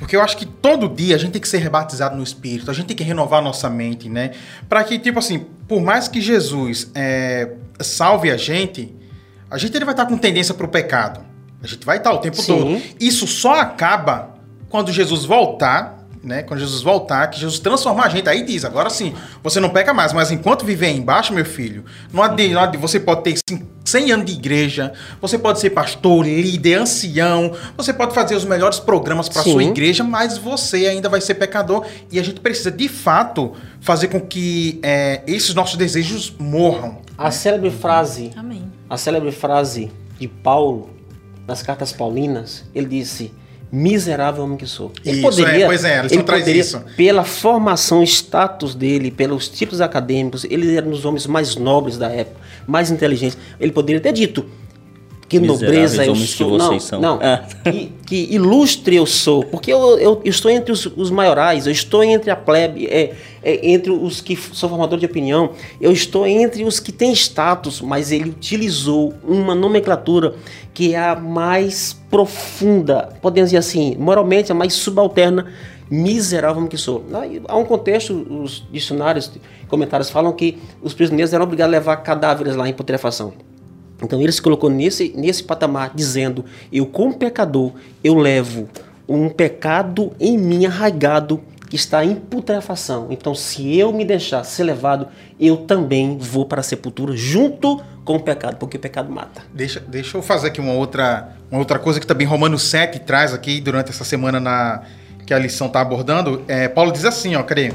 Porque eu acho que todo dia a gente tem que ser rebatizado no Espírito, a gente tem que renovar a nossa mente, né? Para que, tipo assim, por mais que Jesus salve a gente ele vai estar com tendência para o pecado. A gente vai estar o tempo todo. Isso só acaba quando Jesus voltar, né? Quando Jesus voltar, que Jesus transformar a gente. Aí diz, agora sim, você não peca mais, mas enquanto viver aí embaixo, meu filho, você pode ter 100 anos de igreja, você pode ser pastor, líder, ancião, você pode fazer os melhores programas para sua igreja, mas você ainda vai ser pecador. E a gente precisa, de fato, fazer com que esses nossos desejos morram. A célebre frase, Amém. a célebre frase de Paulo, nas cartas paulinas, ele disse: miserável homem que sou. Ele poderia, pela formação, status dele, pelos tipos acadêmicos, ele era um dos homens mais nobres da época, mais inteligentes. Ele poderia ter dito: que nobreza eu sou. Que ilustre eu sou. Porque eu estou entre os maiorais, eu estou entre a plebe, entre os que são formadores de opinião, eu estou entre os que têm status, mas ele utilizou uma nomenclatura que é a mais profunda, podemos dizer assim, moralmente a mais subalterna, miserável que sou. Há um contexto, os dicionários, comentários falam que os prisioneiros eram obrigados a levar cadáveres lá em putrefação. Então ele se colocou nesse patamar, dizendo: eu como pecador, eu levo um pecado em mim arraigado, que está em putrefação. Então, se eu me deixar ser levado, eu também vou para a sepultura junto com o pecado, porque o pecado mata. Deixa eu fazer aqui uma outra coisa que também Romanos 7 traz aqui durante essa semana que a lição está abordando. Paulo diz assim, ó, cadê?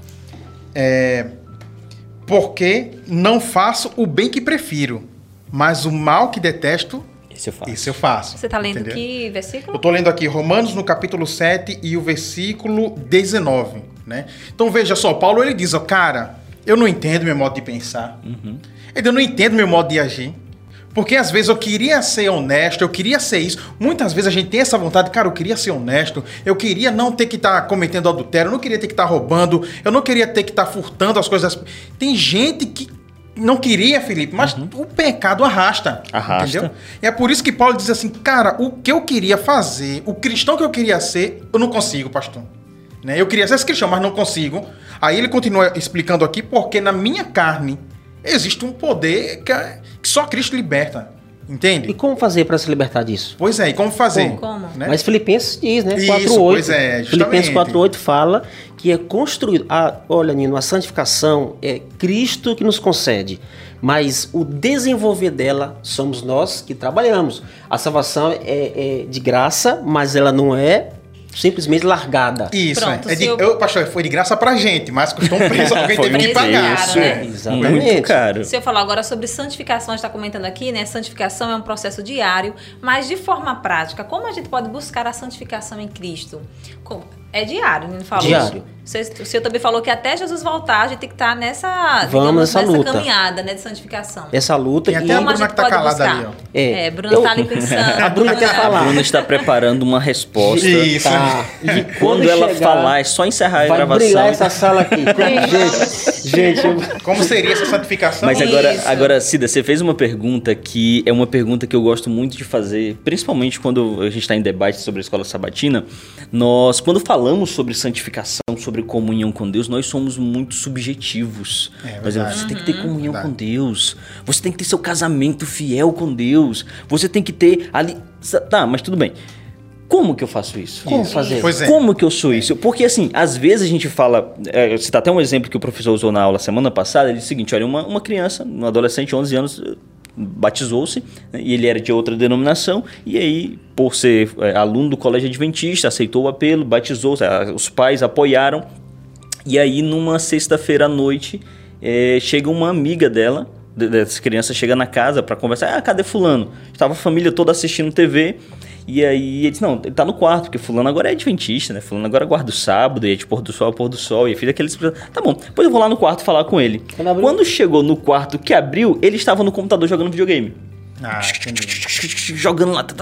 Porque não faço o bem que prefiro, mas o mal que detesto, isso eu faço. Você está lendo, entendeu? Que versículo? Eu estou lendo aqui Romanos no capítulo 7 e o versículo 19, né? Então veja só, Paulo ele diz, ó, cara, eu não entendo meu modo de pensar, eu não entendo meu modo de agir, porque às vezes eu queria ser honesto, eu queria ser isso, muitas vezes a gente tem essa vontade, cara, eu queria ser honesto, eu queria não ter que estar cometendo adultério, eu não queria ter que estar roubando, eu não queria ter que estar furtando as coisas. Tem gente que não queria, Felipe, mas o pecado arrasta. Entendeu? E é por isso que Paulo diz assim, cara, o que eu queria fazer, o cristão que eu queria ser, eu não consigo, pastor. Né? Eu queria ser esse cristão, mas não consigo. Aí ele continua explicando aqui, porque na minha carne existe um poder que só Cristo liberta. Entende? E como fazer para se libertar disso? Pois é, e como fazer? Como? Né? Mas Filipenses diz, né? 4:8. Pois é, justamente. Filipenses 4:8 fala que é construído. Olha, Nino, a santificação é Cristo que nos concede, mas o desenvolver dela somos nós que trabalhamos. A salvação é de graça, mas ela não é simplesmente largada. Isso, Pronto, pastor, foi de graça pra gente, mas custou um preço, alguém teve que pagar. Caro, né? Exatamente. Muito caro. Se eu falar agora sobre santificação, a gente está comentando aqui, né? Santificação é um processo diário, mas de forma prática, como a gente pode buscar a santificação em Cristo? É diário, não falou? Diário. O senhor também falou que até Jesus voltar, a gente tem que estar nessa luta. Caminhada, né, de santificação. Essa luta. Tem até a Bruna que tá calada ali, ó. Bruna tá ali pensando. A Bruna quer falar. A Bruna está preparando uma resposta. Isso. Tá. E quando ela falar, é só encerrar a vai gravação. Vai brilhar essa sala aqui. Gente, como seria essa santificação? Mas agora, Cida, você fez uma pergunta que é uma pergunta que eu gosto muito de fazer, principalmente quando a gente está em debate sobre a escola sabatina. Nós, quando falamos sobre santificação, sobre comunhão com Deus, nós somos muito subjetivos. Você tem que ter comunhão com Deus. Você tem que ter seu casamento fiel com Deus. Você tem que ter ali... Tá, mas tudo bem. Como que eu faço isso? Como fazer? Pois é. Como que eu sou isso? Porque assim, às vezes a gente fala... Você tá até um exemplo que o professor usou na aula semana passada. Ele disse o seguinte, olha, uma criança, um adolescente, 11 anos... batizou-se, né, e ele era de outra denominação, e aí, por ser aluno do colégio adventista, aceitou o apelo, batizou-se, os pais apoiaram, e aí numa sexta-feira à noite, chega uma amiga dela, dessa criança, chega na casa para conversar, cadê fulano? Estava a família toda assistindo TV, e aí ele disse, não, ele tá no quarto, porque fulano agora é adventista, né? Fulano agora guarda o sábado, e é de pôr do sol a pôr do sol, e é filho daqueles... Tá bom, depois eu vou lá no quarto falar com ele. Quando chegou no quarto que abriu, ele estava no computador jogando videogame. Entendi. Jogando lá.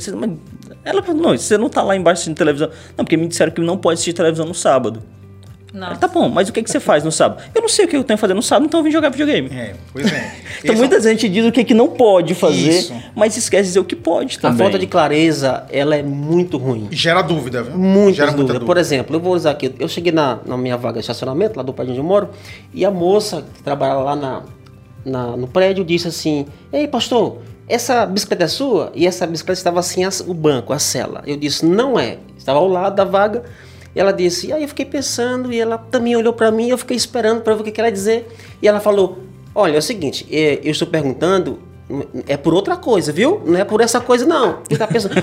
Ela falou, não, você não tá lá embaixo assistindo televisão. Não, porque me disseram que não pode assistir televisão no sábado. Nossa. Tá bom, mas o que você faz no sábado? Eu não sei o que eu tenho que fazer no sábado, então eu vim jogar videogame. Pois é. Então muita gente diz o que não pode fazer, Isso. mas esquece de dizer o que pode também. A falta de clareza, ela é muito ruim. Gera dúvida, viu? Muita Gera dúvida. Por exemplo, eu vou usar aqui, eu cheguei na minha vaga de estacionamento, lá do prédio onde eu moro, e a moça que trabalha lá no prédio disse assim: ei, pastor, essa bicicleta é sua? E essa bicicleta estava assim, o banco, a cela. Eu disse: não é. Estava ao lado da vaga. E ela disse, e aí eu fiquei pensando, e ela também olhou para mim, eu fiquei esperando para ver o que ela ia dizer. E ela falou: olha, é o seguinte, eu estou perguntando, é por outra coisa, viu? Não é por essa coisa, não. Você tá pensando.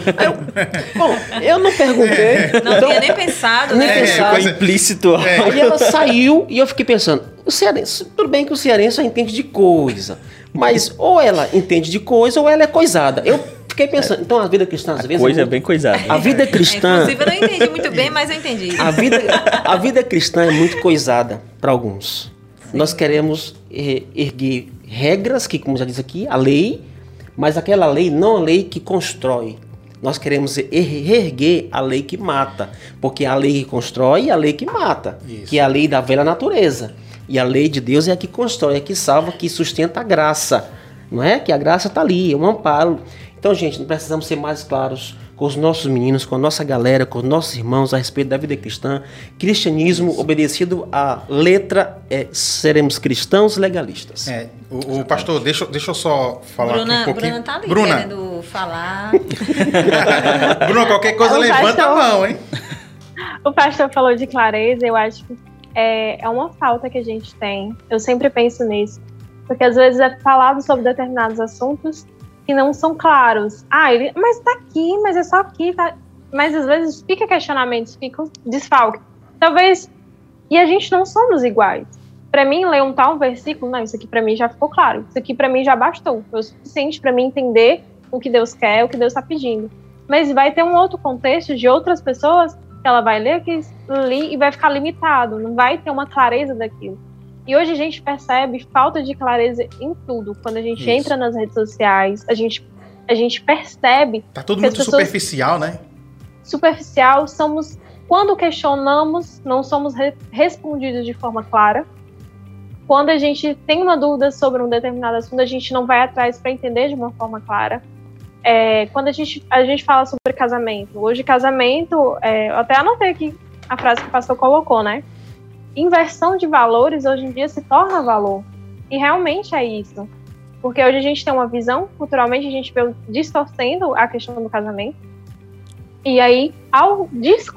Eu não perguntei. Não tinha nem pensado, nem né? pensado. Ficou implícito. Aí ela saiu e eu fiquei pensando, o cearense, tudo bem que o cearense só entende de coisa, mas ou ela entende de coisa ou ela é coisada. Eu fiquei pensando, então a vida cristã às vezes... Coisa é bem coisada. A vida cristã... Inclusive eu não entendi muito bem, mas eu entendi. A vida cristã é muito coisada para alguns. Sim. Nós queremos erguer regras, que como já diz aqui, a lei, mas aquela lei não a lei que constrói. Nós queremos erguer a lei que mata, porque a lei que constrói é a lei que mata, que é a lei da velha natureza. E a lei de Deus é a que constrói, é a que salva, que sustenta a graça. Não é? Que a graça está ali, é um amparo. Então, gente, nós precisamos ser mais claros com os nossos meninos, com a nossa galera, com os nossos irmãos a respeito da vida cristã. Cristianismo obedecido à letra, seremos cristãos legalistas. O pastor, deixa eu só falar aqui um pouquinho. Bruna tá ali querendo falar. Bruna, qualquer coisa levanta a mão, hein? O pastor falou de clareza, eu acho que é uma falta que a gente tem. Eu sempre penso nisso. Porque às vezes é falado sobre determinados assuntos que não são claros. Mas tá aqui, mas é só aqui, tá? Mas às vezes fica questionamentos, fica desfalque. Talvez, e a gente não somos iguais. Para mim, ler um tal versículo, não, isso aqui para mim já ficou claro. Isso aqui para mim já bastou. Foi o suficiente para mim entender o que Deus quer, o que Deus está pedindo. Mas vai ter um outro contexto de outras pessoas que ela vai ler aqui e vai ficar limitado. Não vai ter uma clareza daquilo. E hoje a gente percebe falta de clareza em tudo. Quando a gente entra nas redes sociais, a gente percebe... Tá tudo muito superficial, né? Superficial. Quando questionamos, não somos respondidos de forma clara. Quando a gente tem uma dúvida sobre um determinado assunto, a gente não vai atrás para entender de uma forma clara. Quando a gente fala sobre casamento. Hoje, casamento... eu até anotei aqui a frase que o pastor colocou, né? Inversão de valores hoje em dia se torna valor. E realmente é isso. Porque hoje a gente tem uma visão, culturalmente a gente vê distorcendo a questão do casamento. E aí, ao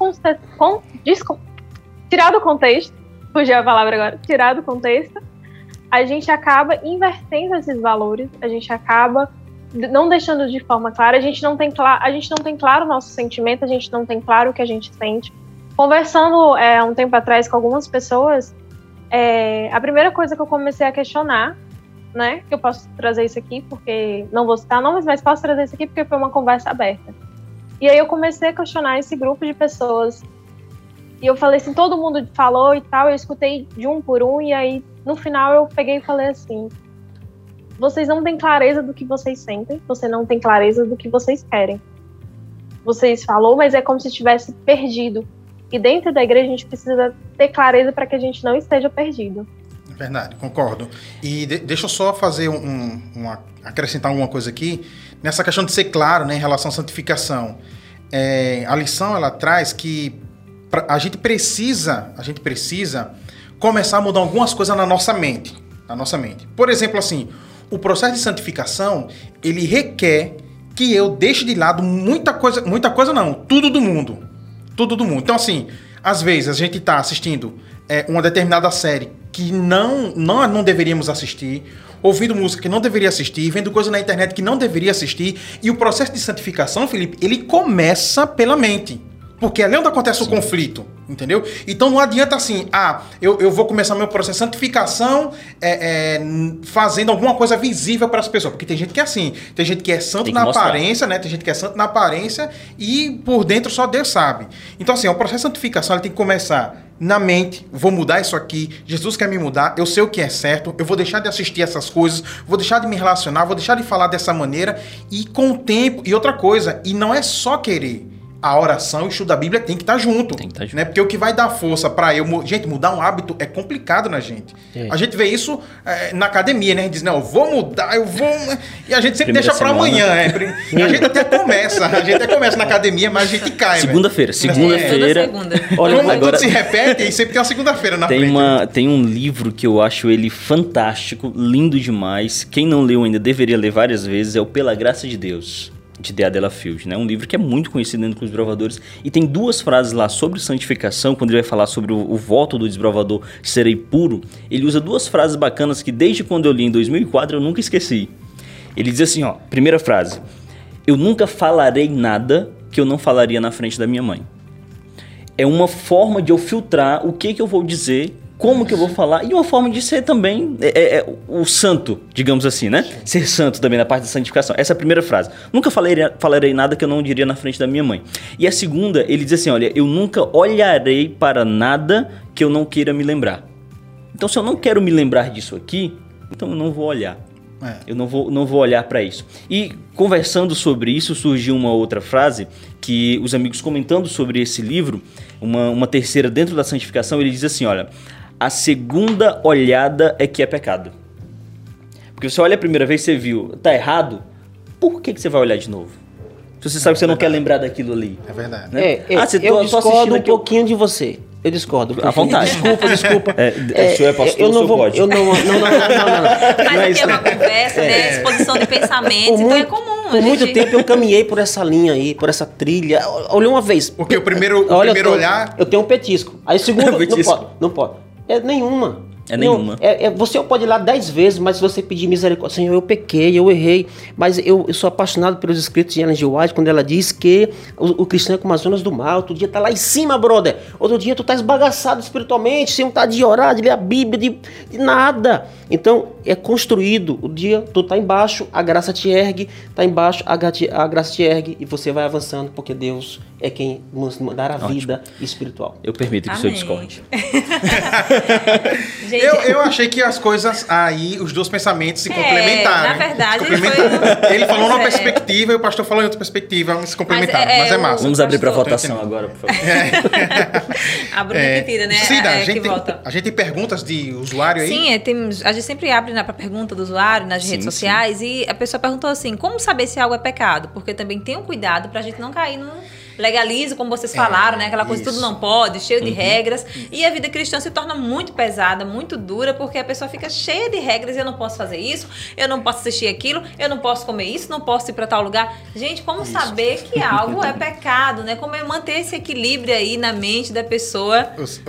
tirar do contexto, fugiu a palavra agora, tirar do contexto, a gente acaba invertendo esses valores, a gente acaba não deixando de forma clara, a gente não tem claro o nosso sentimento, a gente não tem claro o que a gente sente. Conversando um tempo atrás com algumas pessoas, a primeira coisa que eu comecei a questionar, né, que eu posso trazer isso aqui, porque não vou citar nomes, mas posso trazer isso aqui porque foi uma conversa aberta. E aí eu comecei a questionar esse grupo de pessoas, e eu falei assim, todo mundo falou e tal, eu escutei de um por um, e aí no final eu peguei e falei assim, vocês não têm clareza do que vocês sentem, você não tem clareza do que vocês querem. Vocês falou, mas é como se tivesse perdido. E dentro da igreja a gente precisa ter clareza para que a gente não esteja perdido. Verdade, concordo. E deixa eu só fazer acrescentar alguma coisa aqui. Nessa questão de ser claro, né, em relação à santificação. A lição, ela traz que a gente precisa começar a mudar algumas coisas na nossa mente. Por exemplo, assim, o processo de santificação, ele requer que eu deixe de lado muita coisa não, tudo do mundo. Então, assim, às vezes a gente está assistindo uma determinada série que não deveríamos assistir, ouvindo música que não deveria assistir, vendo coisa na internet que não deveria assistir, e o processo de santificação, Felipe, ele começa pela mente. Porque ali é onde acontece o conflito, entendeu? Então não adianta assim, eu vou começar meu processo de santificação fazendo alguma coisa visível para as pessoas. Porque tem gente que é assim, tem gente que é santo na aparência, né? Tem gente que é santo na aparência e por dentro só Deus sabe. Então assim, o processo de santificação ele tem que começar na mente, vou mudar isso aqui, Jesus quer me mudar, eu sei o que é certo, eu vou deixar de assistir essas coisas, vou deixar de me relacionar, vou deixar de falar dessa maneira, e com o tempo, e outra coisa, e não é só querer, a oração e o estudo da Bíblia tem que estar junto. Tem que estar junto. Né? Porque o que vai dar força para eu... Gente, mudar um hábito é complicado na gente. A gente vê isso na academia, né? A gente diz, não, eu vou mudar, eu vou... E a gente sempre Primeira deixa para semana. amanhã. E a gente até começa na academia, mas a gente cai. Segunda-feira. Toda Segunda-feira. segunda. Olha, Como agora- tudo se repete, e sempre tem uma segunda-feira na Tem, frente. tem um livro que eu acho ele fantástico, lindo demais. Quem não leu ainda deveria ler várias vezes. É o Pela Graça de Deus, de D.A. Delafield, né? Um livro que é muito conhecido entre os desbravadores. E tem 2 frases lá sobre santificação, quando ele vai falar sobre o voto do desbravador, serei puro. Ele usa 2 frases bacanas que desde quando eu li em 2004 eu nunca esqueci. Ele diz assim, ó, primeira frase: eu nunca falarei nada que eu não falaria na frente da minha mãe. É uma forma de eu filtrar o que eu vou dizer, como que eu vou falar, e uma forma de ser também o santo, digamos assim, né? Ser santo também na parte da santificação. Essa é a primeira frase. Nunca falarei nada que eu não diria na frente da minha mãe. E a segunda, ele diz assim, olha, eu nunca olharei para nada que eu não queira me lembrar. Então, se eu não quero me lembrar disso aqui, então eu não vou olhar. Eu não vou olhar para isso. E conversando sobre isso, surgiu uma outra frase que os amigos comentando sobre esse livro, uma terceira dentro da santificação, ele diz assim, olha, a segunda olhada é que é pecado. Porque você olha a primeira vez, você viu, tá errado, por que você vai olhar de novo? Se você sabe que você não quer lembrar daquilo ali. É verdade. Né? Eu discordo um pouquinho de você. Eu discordo. À vontade. Desculpa. O senhor é pastor, eu não o senhor vou, pode. eu não. Mas aqui é uma conversa, né? Exposição de pensamentos, então é comum. Por muito tempo eu caminhei por essa linha aí, por essa trilha. Olhei uma vez. Porque o primeiro olhar... Eu tenho um petisco. Aí o segundo, Petisco. não pode. É nenhuma. É nenhuma. Você pode ir lá 10 vezes, mas se você pedir misericórdia, Senhor, eu pequei, eu errei. Mas eu sou apaixonado pelos escritos de Ellen G. White, quando ela diz que o cristão é como as zonas do mal. Outro dia tá lá em cima, brother. Outro dia tu tá esbagaçado espiritualmente, sem vontade de orar, de ler a Bíblia, de nada. Então, é construído. O dia tu tá embaixo, a graça te ergue. Tá embaixo, a graça te ergue. E você vai avançando, porque Deus é quem nos dará a vida espiritual. Eu permito que o senhor Amém. discorde. Gente, Eu achei que as coisas aí, os 2 pensamentos se complementaram. na verdade, Se complementaram. Ele falou numa Mas perspectiva e o pastor falou em outra perspectiva, se complementaram, mas é massa. Vamos abrir para pastor. votação agora, por favor. a Bruna que tira, né? Cida, Que volta. a gente tem perguntas de usuário aí? Sim, a gente sempre abre para pergunta do usuário nas redes sociais e a pessoa perguntou assim, como saber se algo é pecado? Porque também tem um cuidado pra gente não cair no legalismo, como vocês falaram, né? Aquela coisa, isso. tudo não pode, cheio de regras. E a vida cristã se torna muito pesada, muito dura, porque a pessoa fica cheia de regras. Eu não posso fazer isso, eu não posso assistir aquilo, eu não posso comer isso, não posso ir para tal lugar. Gente, como saber que algo é pecado, né? Como é manter esse equilíbrio aí na mente da pessoa?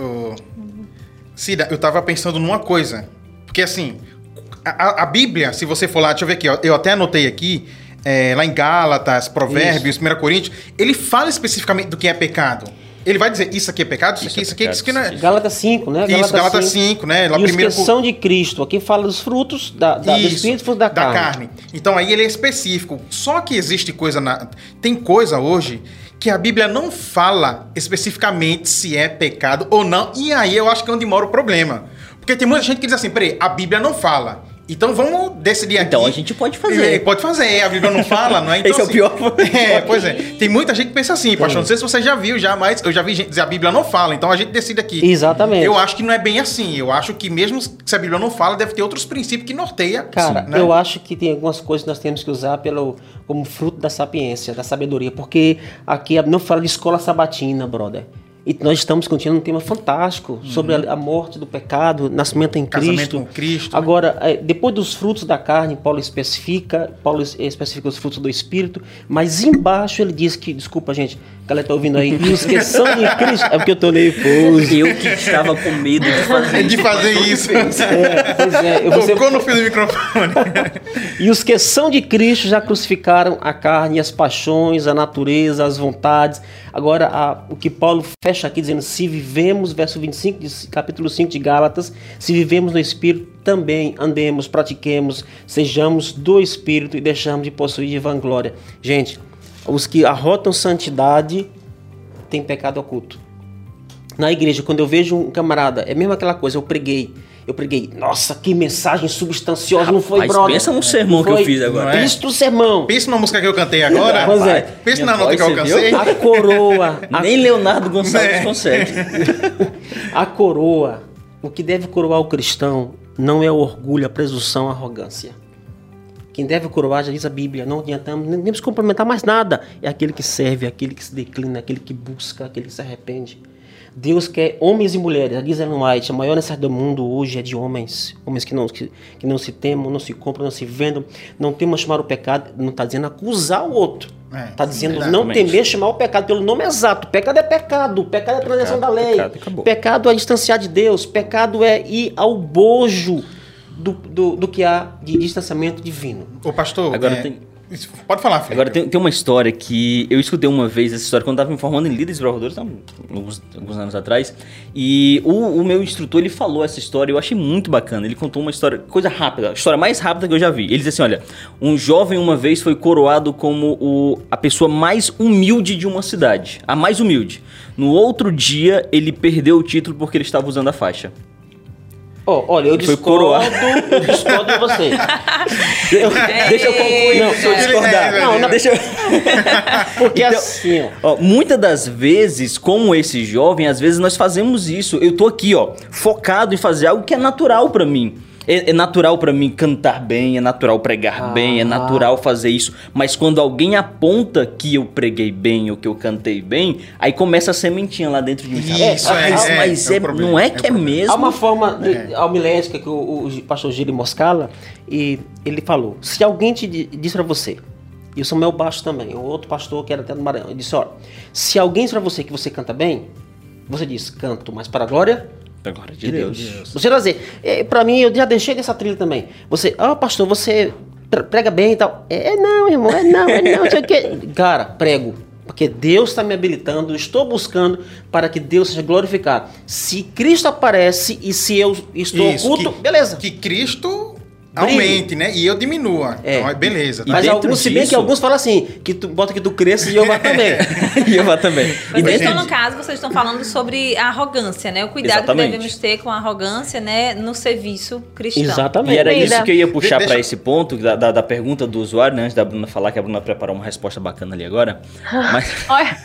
Cida, eu tava pensando numa coisa. Porque assim, a Bíblia, se você for lá, deixa eu ver aqui, ó, eu até anotei aqui, lá em Gálatas, Provérbios, 1 Coríntios, ele fala especificamente do que é pecado. Ele vai dizer, isso aqui é pecado, isso aqui não é... Gálatas 5, né? Isso, Gálatas 5, né? Lá E os primeiro... que são de Cristo. Aqui fala dos frutos do Espírito e frutos da carne. Então aí ele é específico. Só que existe coisa... Tem coisa hoje que a Bíblia não fala especificamente se é pecado ou não. E aí eu acho que é onde mora o problema. Porque tem muita gente que diz assim, peraí, a Bíblia não fala. Então vamos decidir aqui. Então a gente pode fazer. Pode fazer, a Bíblia não fala, não é? Então, Esse é o pior. Pois é. Tem muita gente que pensa assim, pastor, não sei se você já viu mas eu já vi gente dizer a Bíblia não fala, então a gente decide aqui. Exatamente. Eu acho que não é bem assim. Eu acho que mesmo se a Bíblia não fala, deve ter outros princípios que norteia. Cara, né? eu acho que tem algumas coisas que nós temos que usar como fruto da sapiência, da sabedoria, porque aqui não fala de escola sabatina, brother. E nós estamos continuando um tema fantástico sobre a morte do pecado, nascimento em Casamento Cristo. com Cristo. Agora, depois dos frutos da carne, Paulo especifica os frutos do Espírito, mas embaixo ele diz que, desculpa gente, a galera tá ouvindo aí, e os que são de Cristo, é porque eu tô nervoso. Eu que estava com medo de fazer isso. De fazer isso. Pois é, Tocou no fio do microfone. E os que são de Cristo já crucificaram a carne, as paixões, a natureza, as vontades. Agora, o que Paulo fecha aqui dizendo, se vivemos, verso 25, capítulo 5 de Gálatas, se vivemos no Espírito, também andemos, pratiquemos, sejamos do Espírito e deixamos de possuir de vanglória. Gente, os que arrotam santidade têm pecado oculto. Na igreja, quando eu vejo um camarada, é mesmo aquela coisa, eu preguei, Eu preguei, nossa, que mensagem substanciosa, não foi, Mas brother? pensa no sermão que eu fiz agora. Não é? Cristo sermão. Pensa na música que eu cantei agora. Pois é. Pensa Minha na nota voz, que eu você alcancei. viu? A coroa. Nem Leonardo Gonçalves consegue. A coroa. O que deve coroar o cristão não é o orgulho, a presunção, a arrogância. Quem deve coroar, já diz a Bíblia, não adiantamos, nem devemos complementar mais nada. É aquele que serve, aquele que se declina, aquele que busca, aquele que se arrepende. Deus quer homens e mulheres. Diz Ellen White, a maior necessidade do mundo hoje é de homens. Homens que não se temam, não se compram, não se vendam. Não temam chamar o pecado. Não está dizendo acusar o outro. Está dizendo não exatamente. temer chamar o pecado pelo nome exato. Pecado é pecado. Pecado é a transgressão da lei. Pecado, acabou. Pecado é distanciar de Deus. Pecado é ir ao bojo do que há de distanciamento divino. Ô, pastor, Agora tem- pode falar, Felipe. Agora tem uma história que eu escutei uma vez, essa história, quando eu estava me formando em líderes provadores, alguns anos atrás, e o meu instrutor, ele falou essa história, eu achei muito bacana. Ele contou uma história, coisa rápida, a história mais rápida que eu já vi. Ele disse assim, olha, um jovem uma vez foi coroado como a pessoa mais humilde de uma cidade, a mais humilde. No outro dia, ele perdeu o título porque ele estava usando a faixa. Olha, eu Foi coroado. discordo de você. Deixa eu concluir, Não, se eu discordar. não, Deixa eu... Porque Então, assim, muitas das vezes, como esse jovem, às vezes nós fazemos isso. Eu tô aqui, focado em fazer algo que é natural pra mim. É natural pra mim cantar bem, é natural pregar bem, é natural fazer isso. Mas quando alguém aponta que eu preguei bem ou que eu cantei bem, aí começa a sementinha lá dentro de mim. Isso, Mas é o problema, não é é o que é problema. mesmo. há uma forma homilética que o pastor Gílio Moscala, e ele falou, se alguém te diz pra você, e o Samuel Baixo também, o outro pastor que era até do Maranhão, ele disse, olha, se alguém diz pra você que você canta bem, você diz, canto, mas para a glória Da glória de Deus. Você vai dizer, pra mim, eu já deixei dessa trilha também. Você, pastor, você prega bem e tal. Não, irmão, não, não sei o quê. Cara, prego. Porque Deus está me habilitando, eu estou buscando para que Deus seja glorificado. Se Cristo aparece e se eu estou oculto, beleza. Que Cristo aumente, né? E eu diminua. Então, beleza. E Mas dentro se bem disso- que alguns falam assim, que tu bota que tu cresça e eu vá também. E eu vou também. Mas dentro então, no caso, vocês estão falando sobre a arrogância, né? O cuidado Exatamente. que devemos ter com a arrogância, né? No serviço cristão. Exatamente. E era Vida. isso que eu ia puxar Deixa- pra esse ponto da pergunta do usuário, né? Antes da Bruna falar, que a Bruna preparou uma resposta bacana ali agora. Mas, Olha,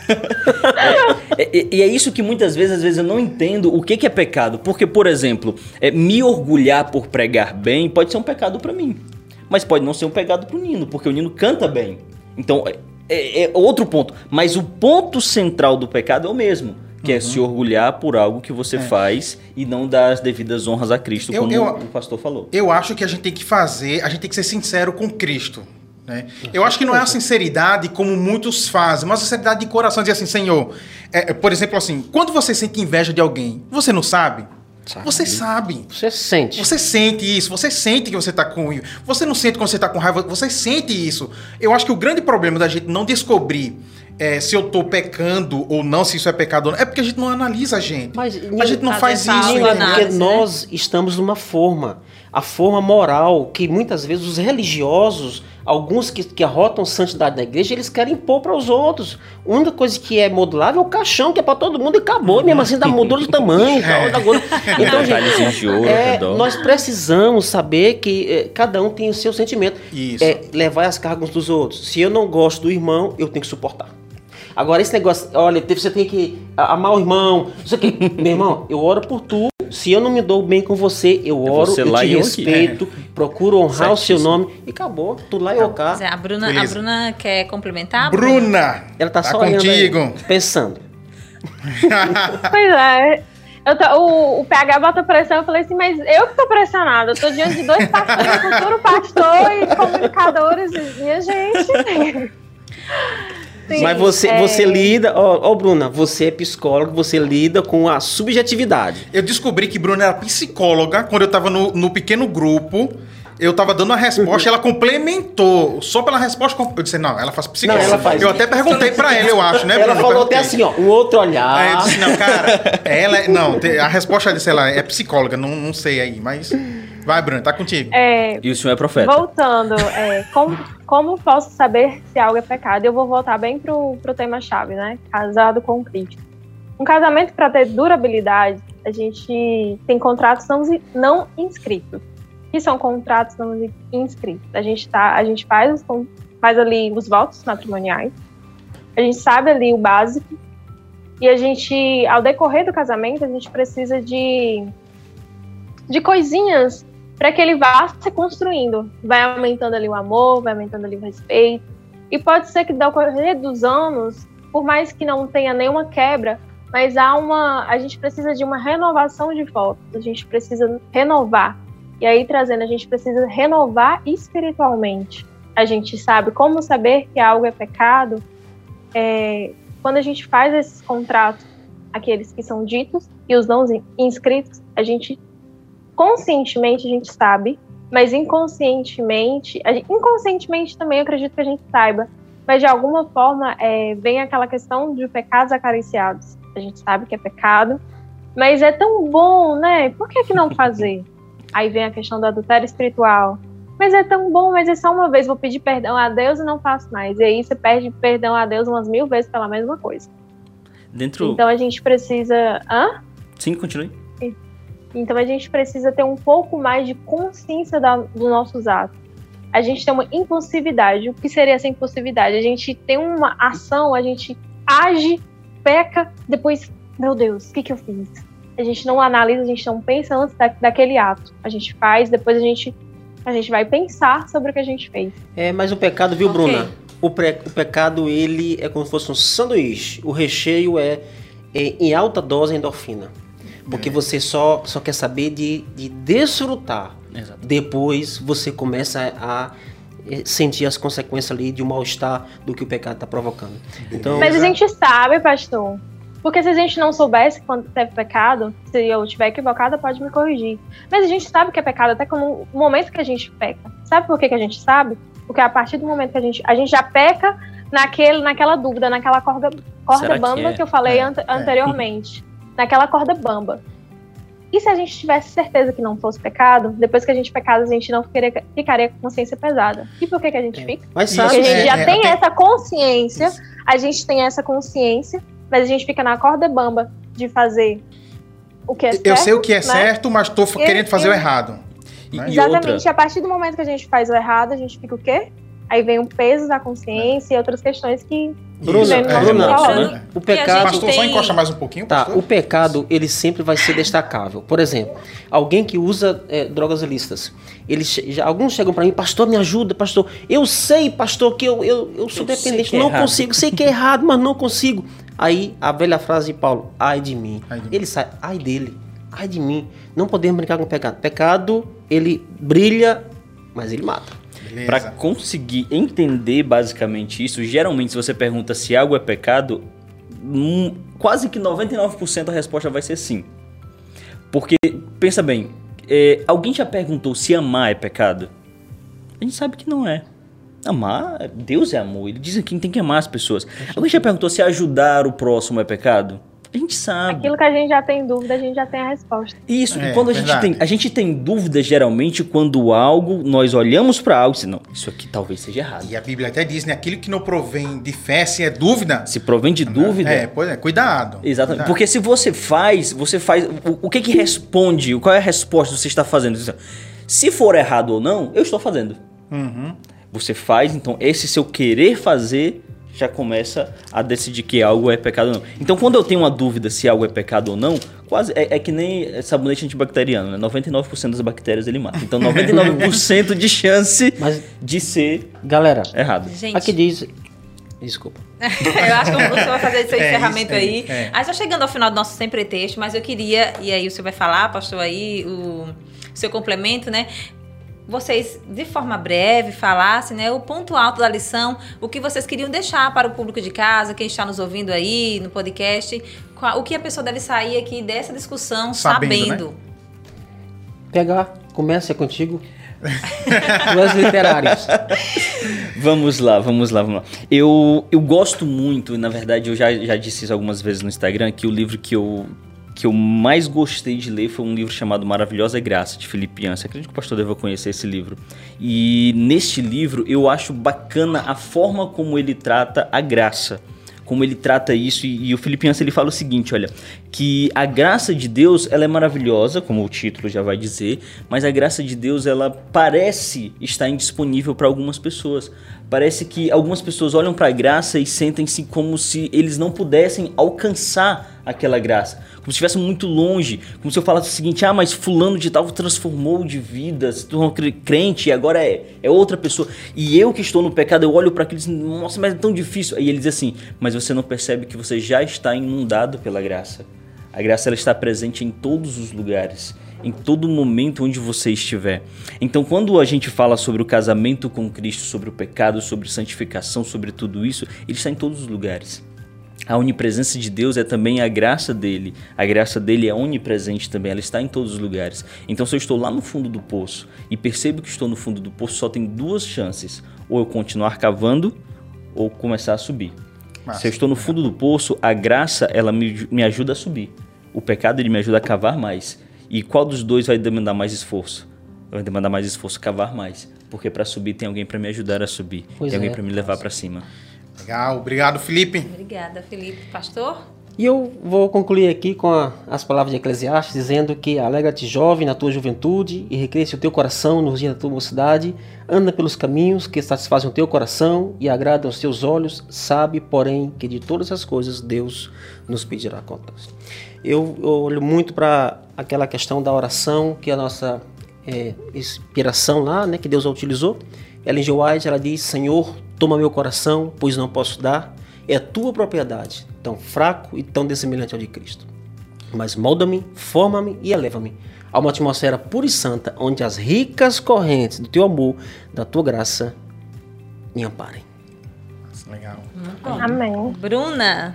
e é isso que muitas vezes, às vezes, eu não entendo o que é pecado. Porque, por exemplo, me orgulhar por pregar bem pode ser um pecado pra mim. Mas pode não ser um pecado pro Nino, porque o Nino canta bem. Então, é outro ponto. Mas o ponto central do pecado é o mesmo. Que é se orgulhar por algo que você faz e não dar as devidas honras a Cristo, como o pastor falou. Eu acho que a gente tem que fazer, a gente tem que ser sincero com Cristo. Né? Eu acho que não é a sinceridade como muitos fazem, mas a sinceridade de coração, dizer assim, Senhor, por exemplo assim, quando você sente inveja de alguém, você não sabe? Você sabe. Você sente. Você sente isso, você sente que você está com... Você não sente quando você está com raiva, você sente isso. Eu acho que o grande problema da gente não descobrir se eu estou pecando ou não, se isso é pecado ou não, é porque a gente não analisa a gente. Mas a gente não fazer faz essa isso. Sim, autoanálise, porque né? nós estamos numa forma, a forma moral, que muitas vezes os religiosos, alguns que arrotam santidade da igreja, eles querem impor para os outros. A única coisa que é modulável é o caixão, que é para todo mundo e acabou, mesmo assim, mudou de tamanho e tal. Então, Detalhezinhos de ouro ao redor. nós precisamos saber que cada um tem o seu sentimento. Isso. Levar as cargas dos outros. Se eu não gosto do irmão, eu tenho que suportar. Agora, esse negócio, olha, você tem que amar o irmão, não sei o quê. Meu irmão, eu oro por tu. Se eu não me dou bem com você, eu oro, você eu lá te e eu aqui. respeito, procuro honrar o seu Certíssimo. nome e acabou. Tu lá e eu cá. Pois é, a Beleza. Bruna quer complementar? Bruna, Ela tá só olhando contigo. aí, pensando. pois é. O PH bota pressão, eu falei assim, mas eu que tô pressionada. Eu tô diante de dois pastores, futuro pastor e comunicadores, minha gente. Sim, Mas você lida, ó, Bruna, você é psicóloga, você lida com a subjetividade. Eu descobri que Bruna era psicóloga quando eu tava no pequeno grupo. Eu tava dando a resposta e ela complementou. Só pela resposta, eu disse, não, ela faz psicóloga. Não, ela faz. Eu até perguntei pra ela, eu acho, né, Ela Bruna? falou Eu até perguntei. assim, ó, um outro olhar. Aí eu disse, não, cara, a resposta disse, ela é psicóloga, não sei aí, mas... Vai, Bruna, tá contigo. E o senhor é profeta. Voltando, como posso saber se algo é pecado? Eu vou voltar bem pro tema-chave, né? Casado com Cristo. Um casamento, para ter durabilidade, a gente tem contratos não inscritos. O que são contratos não inscritos? A gente faz ali os votos matrimoniais, a gente sabe ali o básico, e a gente, ao decorrer do casamento, a gente precisa de coisinhas para que ele vá se construindo. Vai aumentando ali o amor, vai aumentando ali o respeito. E pode ser que, ao decorrer dos anos, por mais que não tenha nenhuma quebra, mas a gente precisa de uma renovação de votos. A gente precisa renovar. E aí, a gente precisa renovar espiritualmente. A gente sabe como saber que algo é pecado. Quando a gente faz esses contratos, aqueles que são ditos e os não inscritos, a gente conscientemente a gente sabe, mas inconscientemente também eu acredito que a gente saiba, mas de alguma forma vem aquela questão de pecados acariciados. A gente sabe que é pecado, mas é tão bom, né? Por que não fazer? Aí vem a questão do adultério espiritual. Mas é tão bom, mas é só uma vez, vou pedir perdão a Deus e não faço mais. E aí você pede perdão a Deus umas 1000 vezes pela mesma coisa. Então a gente precisa... Sim, continue. Então a gente precisa ter um pouco mais de consciência dos nossos atos. A gente tem uma impulsividade. O que seria essa impulsividade? A gente tem uma ação, a gente age, peca, depois, meu Deus, o que eu fiz? A gente não analisa, a gente não pensa antes daquele ato. A gente faz, depois a gente vai pensar sobre o que a gente fez. Mas o pecado, viu, Bruna? O pecado, ele é como se fosse um sanduíche. O recheio é em alta dose endorfina. Porque você só quer saber de desfrutar. Exato. Depois você começa a sentir as consequências ali de um mal-estar do que o pecado está provocando. Então, mas a gente sabe, pastor. Porque se a gente não soubesse quando teve pecado, se eu estiver equivocada, pode me corrigir. Mas a gente sabe que é pecado até no momento que a gente peca. Sabe por que a gente sabe? Porque a partir do momento que a gente já peca naquela dúvida, naquela corda bamba que eu falei anteriormente. Naquela corda bamba. E se a gente tivesse certeza que não fosse pecado, depois que a gente pecado, a gente não ficaria com consciência pesada. E por que a gente fica? Mas porque a gente já tem essa consciência, a gente tem essa consciência, mas a gente fica na corda bamba de fazer o que é certo. Eu sei o que é certo, mas estou querendo fazer o errado. Exatamente. A partir do momento que a gente faz o errado, a gente fica o quê? Aí vem o peso da consciência e outras questões que... Bruna, o pecado... Pastor, só encosta mais um pouquinho, pastor. O pecado, ele sempre vai ser destacável. Por exemplo, alguém que usa drogas ilícitas. Alguns chegam para mim, pastor, me ajuda, pastor. Eu sei, pastor, que eu sou dependente, não consigo. Sei que é errado, mas não consigo. Aí, a velha frase de Paulo, ai de mim. Ele sai, ai dele, ai de mim. Não podemos brincar com o pecado. Pecado, ele brilha, mas ele mata. Para conseguir entender basicamente isso, geralmente se você pergunta se algo é pecado, quase que 99% a resposta vai ser sim. Porque, pensa bem, alguém já perguntou se amar é pecado? A gente sabe que não é. Amar, Deus é amor, ele diz que tem que amar as pessoas. Alguém já perguntou se ajudar o próximo é pecado? A gente sabe. Aquilo que a gente já tem dúvida, a gente já tem a resposta. Isso, e quando a gente tem dúvida, geralmente, quando nós olhamos para algo e dizemos, não, isso aqui talvez seja errado. E a Bíblia até diz, né, aquilo que não provém de fé, se é dúvida... Se provém de dúvida... Cuidado. Exatamente, cuidado. Porque se você faz, o que responde, qual é a resposta que você está fazendo? Se for errado ou não, eu estou fazendo. Uhum. Você faz, então esse seu querer fazer... já começa a decidir que algo é pecado ou não. Então, quando eu tenho uma dúvida se algo é pecado ou não, quase é que nem sabonete antibacteriano, né? 99% das bactérias ele mata. Então, 99% de chance de ser errado. Gente, aqui diz... Desculpa. Eu acho que o senhor vai fazer esse encerramento aí. Aí já chegando ao final do nosso Sempre Texto, mas eu queria, e aí o senhor vai falar, pastor, aí o seu complemento, né? Vocês, de forma breve, falassem, né, o ponto alto da lição, o que vocês queriam deixar para o público de casa, quem está nos ouvindo aí no podcast, o que a pessoa deve sair aqui dessa discussão sabendo. Né? PH, começa contigo. Duas literários. Vamos lá. Eu gosto muito, na verdade, eu já disse isso algumas vezes no Instagram, que o livro que eu mais gostei de ler foi um livro chamado Maravilhosa Graça, de Filipe Yancey. Acredito que o pastor deva conhecer esse livro. E neste livro eu acho bacana a forma como ele trata a graça. como ele trata isso. E o Filipe Yancey, ele fala o seguinte, olha, que a graça de Deus, ela é maravilhosa, como o título já vai dizer, mas a graça de Deus, ela parece estar indisponível para algumas pessoas. Parece que algumas pessoas olham para a graça e sentem-se como se eles não pudessem alcançar aquela graça. Como se estivesse muito longe. Como se eu falasse o seguinte, mas fulano de tal transformou de vida, se tornou crente e agora é outra pessoa. E eu que estou no pecado, eu olho para aquilo e digo, nossa, mas é tão difícil. Aí ele diz assim, mas você não percebe que você já está inundado pela graça. A graça, ela está presente em todos os lugares, em todo momento onde você estiver. Então, quando a gente fala sobre o casamento com Cristo, sobre o pecado, sobre santificação, sobre tudo isso, ele está em todos os lugares. A onipresença de Deus é também a graça dele. A graça dele é onipresente também, ela está em todos os lugares. Então, se eu estou lá no fundo do poço e percebo que estou no fundo do poço, só tem duas chances. Ou eu continuar cavando, ou começar a subir. Se eu estou no fundo do poço, a graça, ela me ajuda a subir. O pecado, ele me ajuda a cavar mais. E qual dos dois vai demandar mais esforço? Vai demandar mais esforço cavar mais. Porque para subir tem alguém para me ajudar a subir. Tem alguém para me levar para cima. Legal. Obrigado, Felipe. Obrigada, Felipe. Pastor? E eu vou concluir aqui com as palavras de Eclesiastes, dizendo que alegra-te jovem na tua juventude e recresce o teu coração nos dias da tua mocidade, anda pelos caminhos que satisfazem o teu coração e agradam os teus olhos, sabe, porém, que de todas as coisas Deus nos pedirá contas. Eu olho muito para aquela questão da oração, que é a nossa inspiração lá, né, que Deus a utilizou. Ellen G. White, ela diz, Senhor, toma meu coração, pois não posso dar, é a tua propriedade, tão fraco e tão dessemelhante ao de Cristo. Mas molda-me, forma-me e eleva-me a uma atmosfera pura e santa, onde as ricas correntes do teu amor, da tua graça, me amparem. Legal. Amém. Bruna?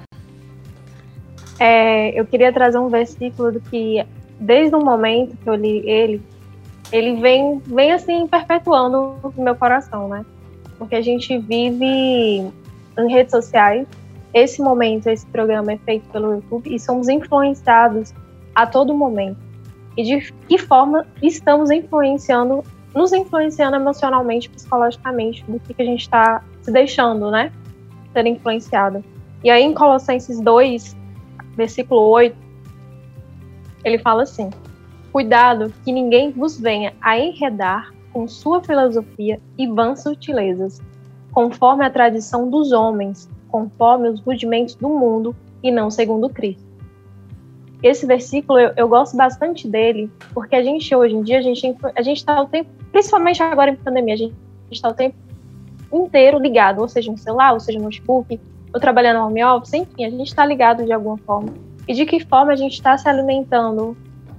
Eu queria trazer um versículo do que, desde o momento que eu li ele vem assim, perpetuando o meu coração, né? Porque a gente vive em redes sociais. Esse momento, esse programa é feito pelo YouTube e somos influenciados a todo momento. E de que forma estamos nos influenciando emocionalmente, psicologicamente, do que a gente está se deixando, né? Ser influenciado. E aí, em Colossenses 2, versículo 8, ele fala assim, cuidado que ninguém vos venha a enredar com sua filosofia e vãs sutilezas, conforme a tradição dos homens, conforme os rudimentos do mundo e não segundo Cristo. Esse versículo, eu gosto bastante dele, porque a gente hoje em dia, a gente está o tempo, principalmente agora em pandemia, a gente está o tempo inteiro ligado, ou seja no celular, ou seja no notebook, ou trabalhando no home office, enfim, a gente está ligado de alguma forma. E de que forma a gente está se alimentando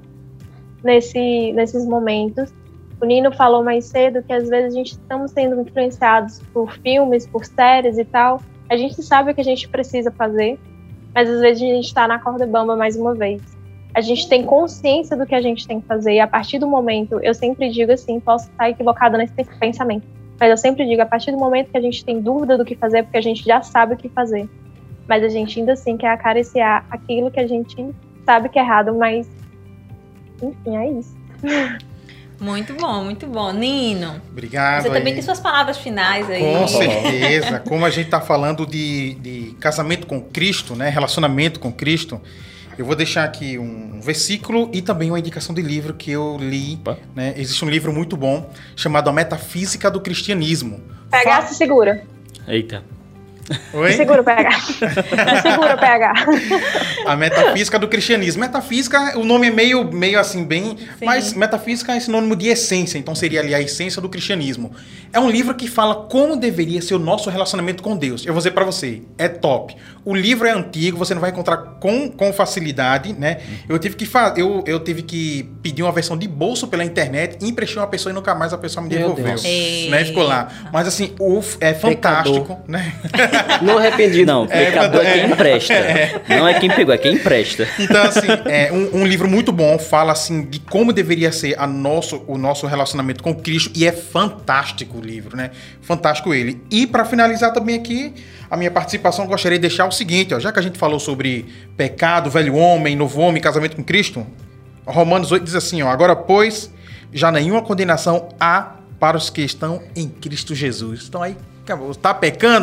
nesses momentos. O Nino falou mais cedo que às vezes a gente estamos sendo influenciados por filmes, por séries e tal. A gente sabe o que a gente precisa fazer, mas às vezes a gente está na corda bamba mais uma vez. A gente tem consciência do que a gente tem que fazer e a partir do momento, eu sempre digo assim, posso estar equivocada nesse pensamento, mas eu sempre digo, a partir do momento que a gente tem dúvida do que fazer, é porque a gente já sabe o que fazer. Mas a gente ainda assim quer acariciar aquilo que a gente sabe que é errado, mas enfim, é isso. Muito bom, muito bom. Nino, obrigado. Você também aí. tem suas palavras finais aí. Com certeza. Como a gente está falando de casamento com Cristo, né? Relacionamento com Cristo, eu vou deixar aqui um versículo e também uma indicação de livro que eu li. Né? Existe um livro muito bom chamado A Metafísica do Cristianismo. PH se segura. Eita. Oi? Segura o PH. Segura o PH. A Metafísica do Cristianismo. Metafísica, o nome é meio assim, bem... Sim. Mas metafísica é sinônimo de essência, então seria ali a essência do cristianismo. É um livro que fala como deveria ser o nosso relacionamento com Deus. Eu vou dizer pra você, é top. O livro é antigo, você não vai encontrar com facilidade, né? Eu tive que pedir uma versão de bolso pela internet, emprestei uma pessoa e nunca mais a pessoa me devolveu. Né? Ficou lá. Mas assim, é fantástico, né? Não arrependido. Não, pecador é quem empresta. Não é quem pegou, é quem empresta. Então, assim, é um livro muito bom, fala assim de como deveria ser o nosso relacionamento com Cristo, e é fantástico o livro, né? Fantástico ele. E para finalizar também aqui, a minha participação, eu gostaria de deixar o seguinte, ó, já que a gente falou sobre pecado, velho homem, novo homem, casamento com Cristo, Romanos 8 diz assim, ó, agora, pois, já nenhuma condenação há para os que estão em Cristo Jesus. Então aí, tá pecando?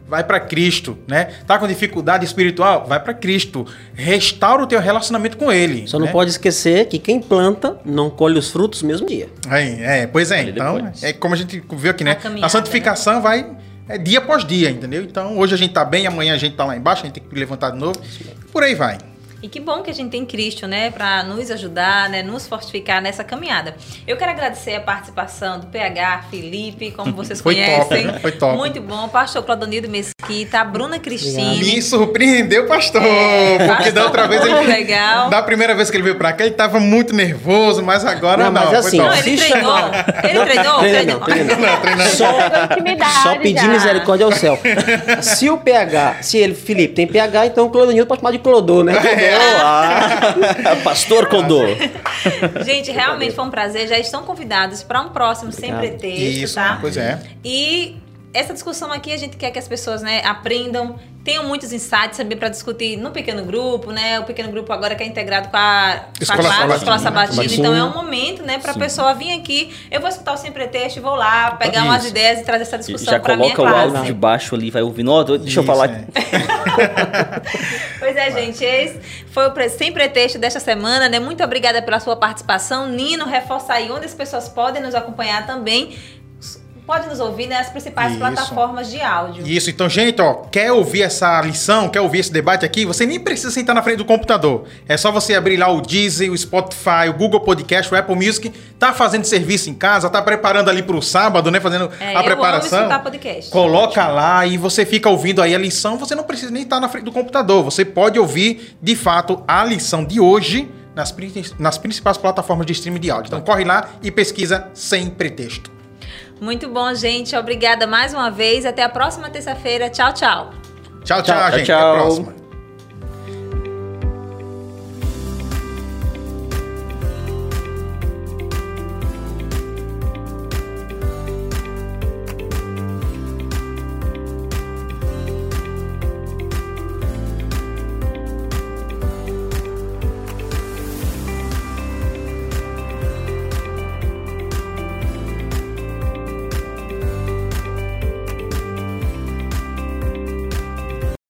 vai para Cristo, né? Tá com dificuldade espiritual? Vai para Cristo. Restaura o teu relacionamento com Ele. Só não pode esquecer que quem planta não colhe os frutos no mesmo dia. Pois é. Olha Então, depois. é como a gente viu aqui, né? A santificação, né? vai dia após dia, entendeu? Então, hoje a gente tá bem, amanhã a gente tá lá embaixo, a gente tem que levantar de novo. Por aí vai. E que bom que a gente tem Cristo, né, para nos ajudar, né, nos fortificar nessa caminhada. Eu quero agradecer a participação do PH, Felipe, como vocês conhecem. Top, foi top. Muito bom. Pastor Clodonildo Mesquita, a Bruna Cristine. Me surpreendeu, pastor, porque da outra vez ele... Legal. Da primeira vez que ele veio pra cá, ele tava muito nervoso, mas agora Não, mas assim, foi Não, top. ele treinou. Ele treinou? Treinou. Intimidade Só pedir já. misericórdia ao céu. Se o PH, se ele, Felipe, tem PH, então o Clodonildo pode chamar de Clodô, né? Pastor Clodô. Gente, realmente foi um prazer. Já estão convidados para um próximo Sem Pretexto, Isso, tá? pois é. E essa discussão aqui, a gente quer que as pessoas, né, aprendam, tenham muitos insights também para discutir no pequeno grupo, né? O pequeno grupo agora que é integrado com a Escola Sabatina. Então é um momento, né, para a pessoa vir aqui. Eu vou escutar o Sem Pretexto e vou lá pegar umas ideias e trazer essa discussão para minha coloca o classe. áudio de baixo ali, vai ouvindo. Ó, deixa eu falar. Pois é, gente, esse foi o Sem Pretexto desta semana, né? Muito obrigada pela sua participação. Nino, reforça aí onde as pessoas podem nos acompanhar também. Pode nos ouvir nas principais plataformas de áudio. Isso, então, gente, ó, quer ouvir essa lição, quer ouvir esse debate aqui, você nem precisa sentar na frente do computador. É só você abrir lá o Deezer, o Spotify, o Google Podcast, o Apple Music, tá fazendo serviço em casa, tá preparando ali pro sábado, né, fazendo a preparação. Eu amo escutar podcast. Coloca lá e você fica ouvindo aí a lição, você não precisa nem estar na frente do computador, você pode ouvir, de fato, a lição de hoje nas principais plataformas de streaming de áudio. Então, corre lá e pesquisa Sem Pretexto. Muito bom, gente. Obrigada mais uma vez. Até a próxima terça-feira. Tchau, tchau. Tchau, gente. Tchau. Até a próxima.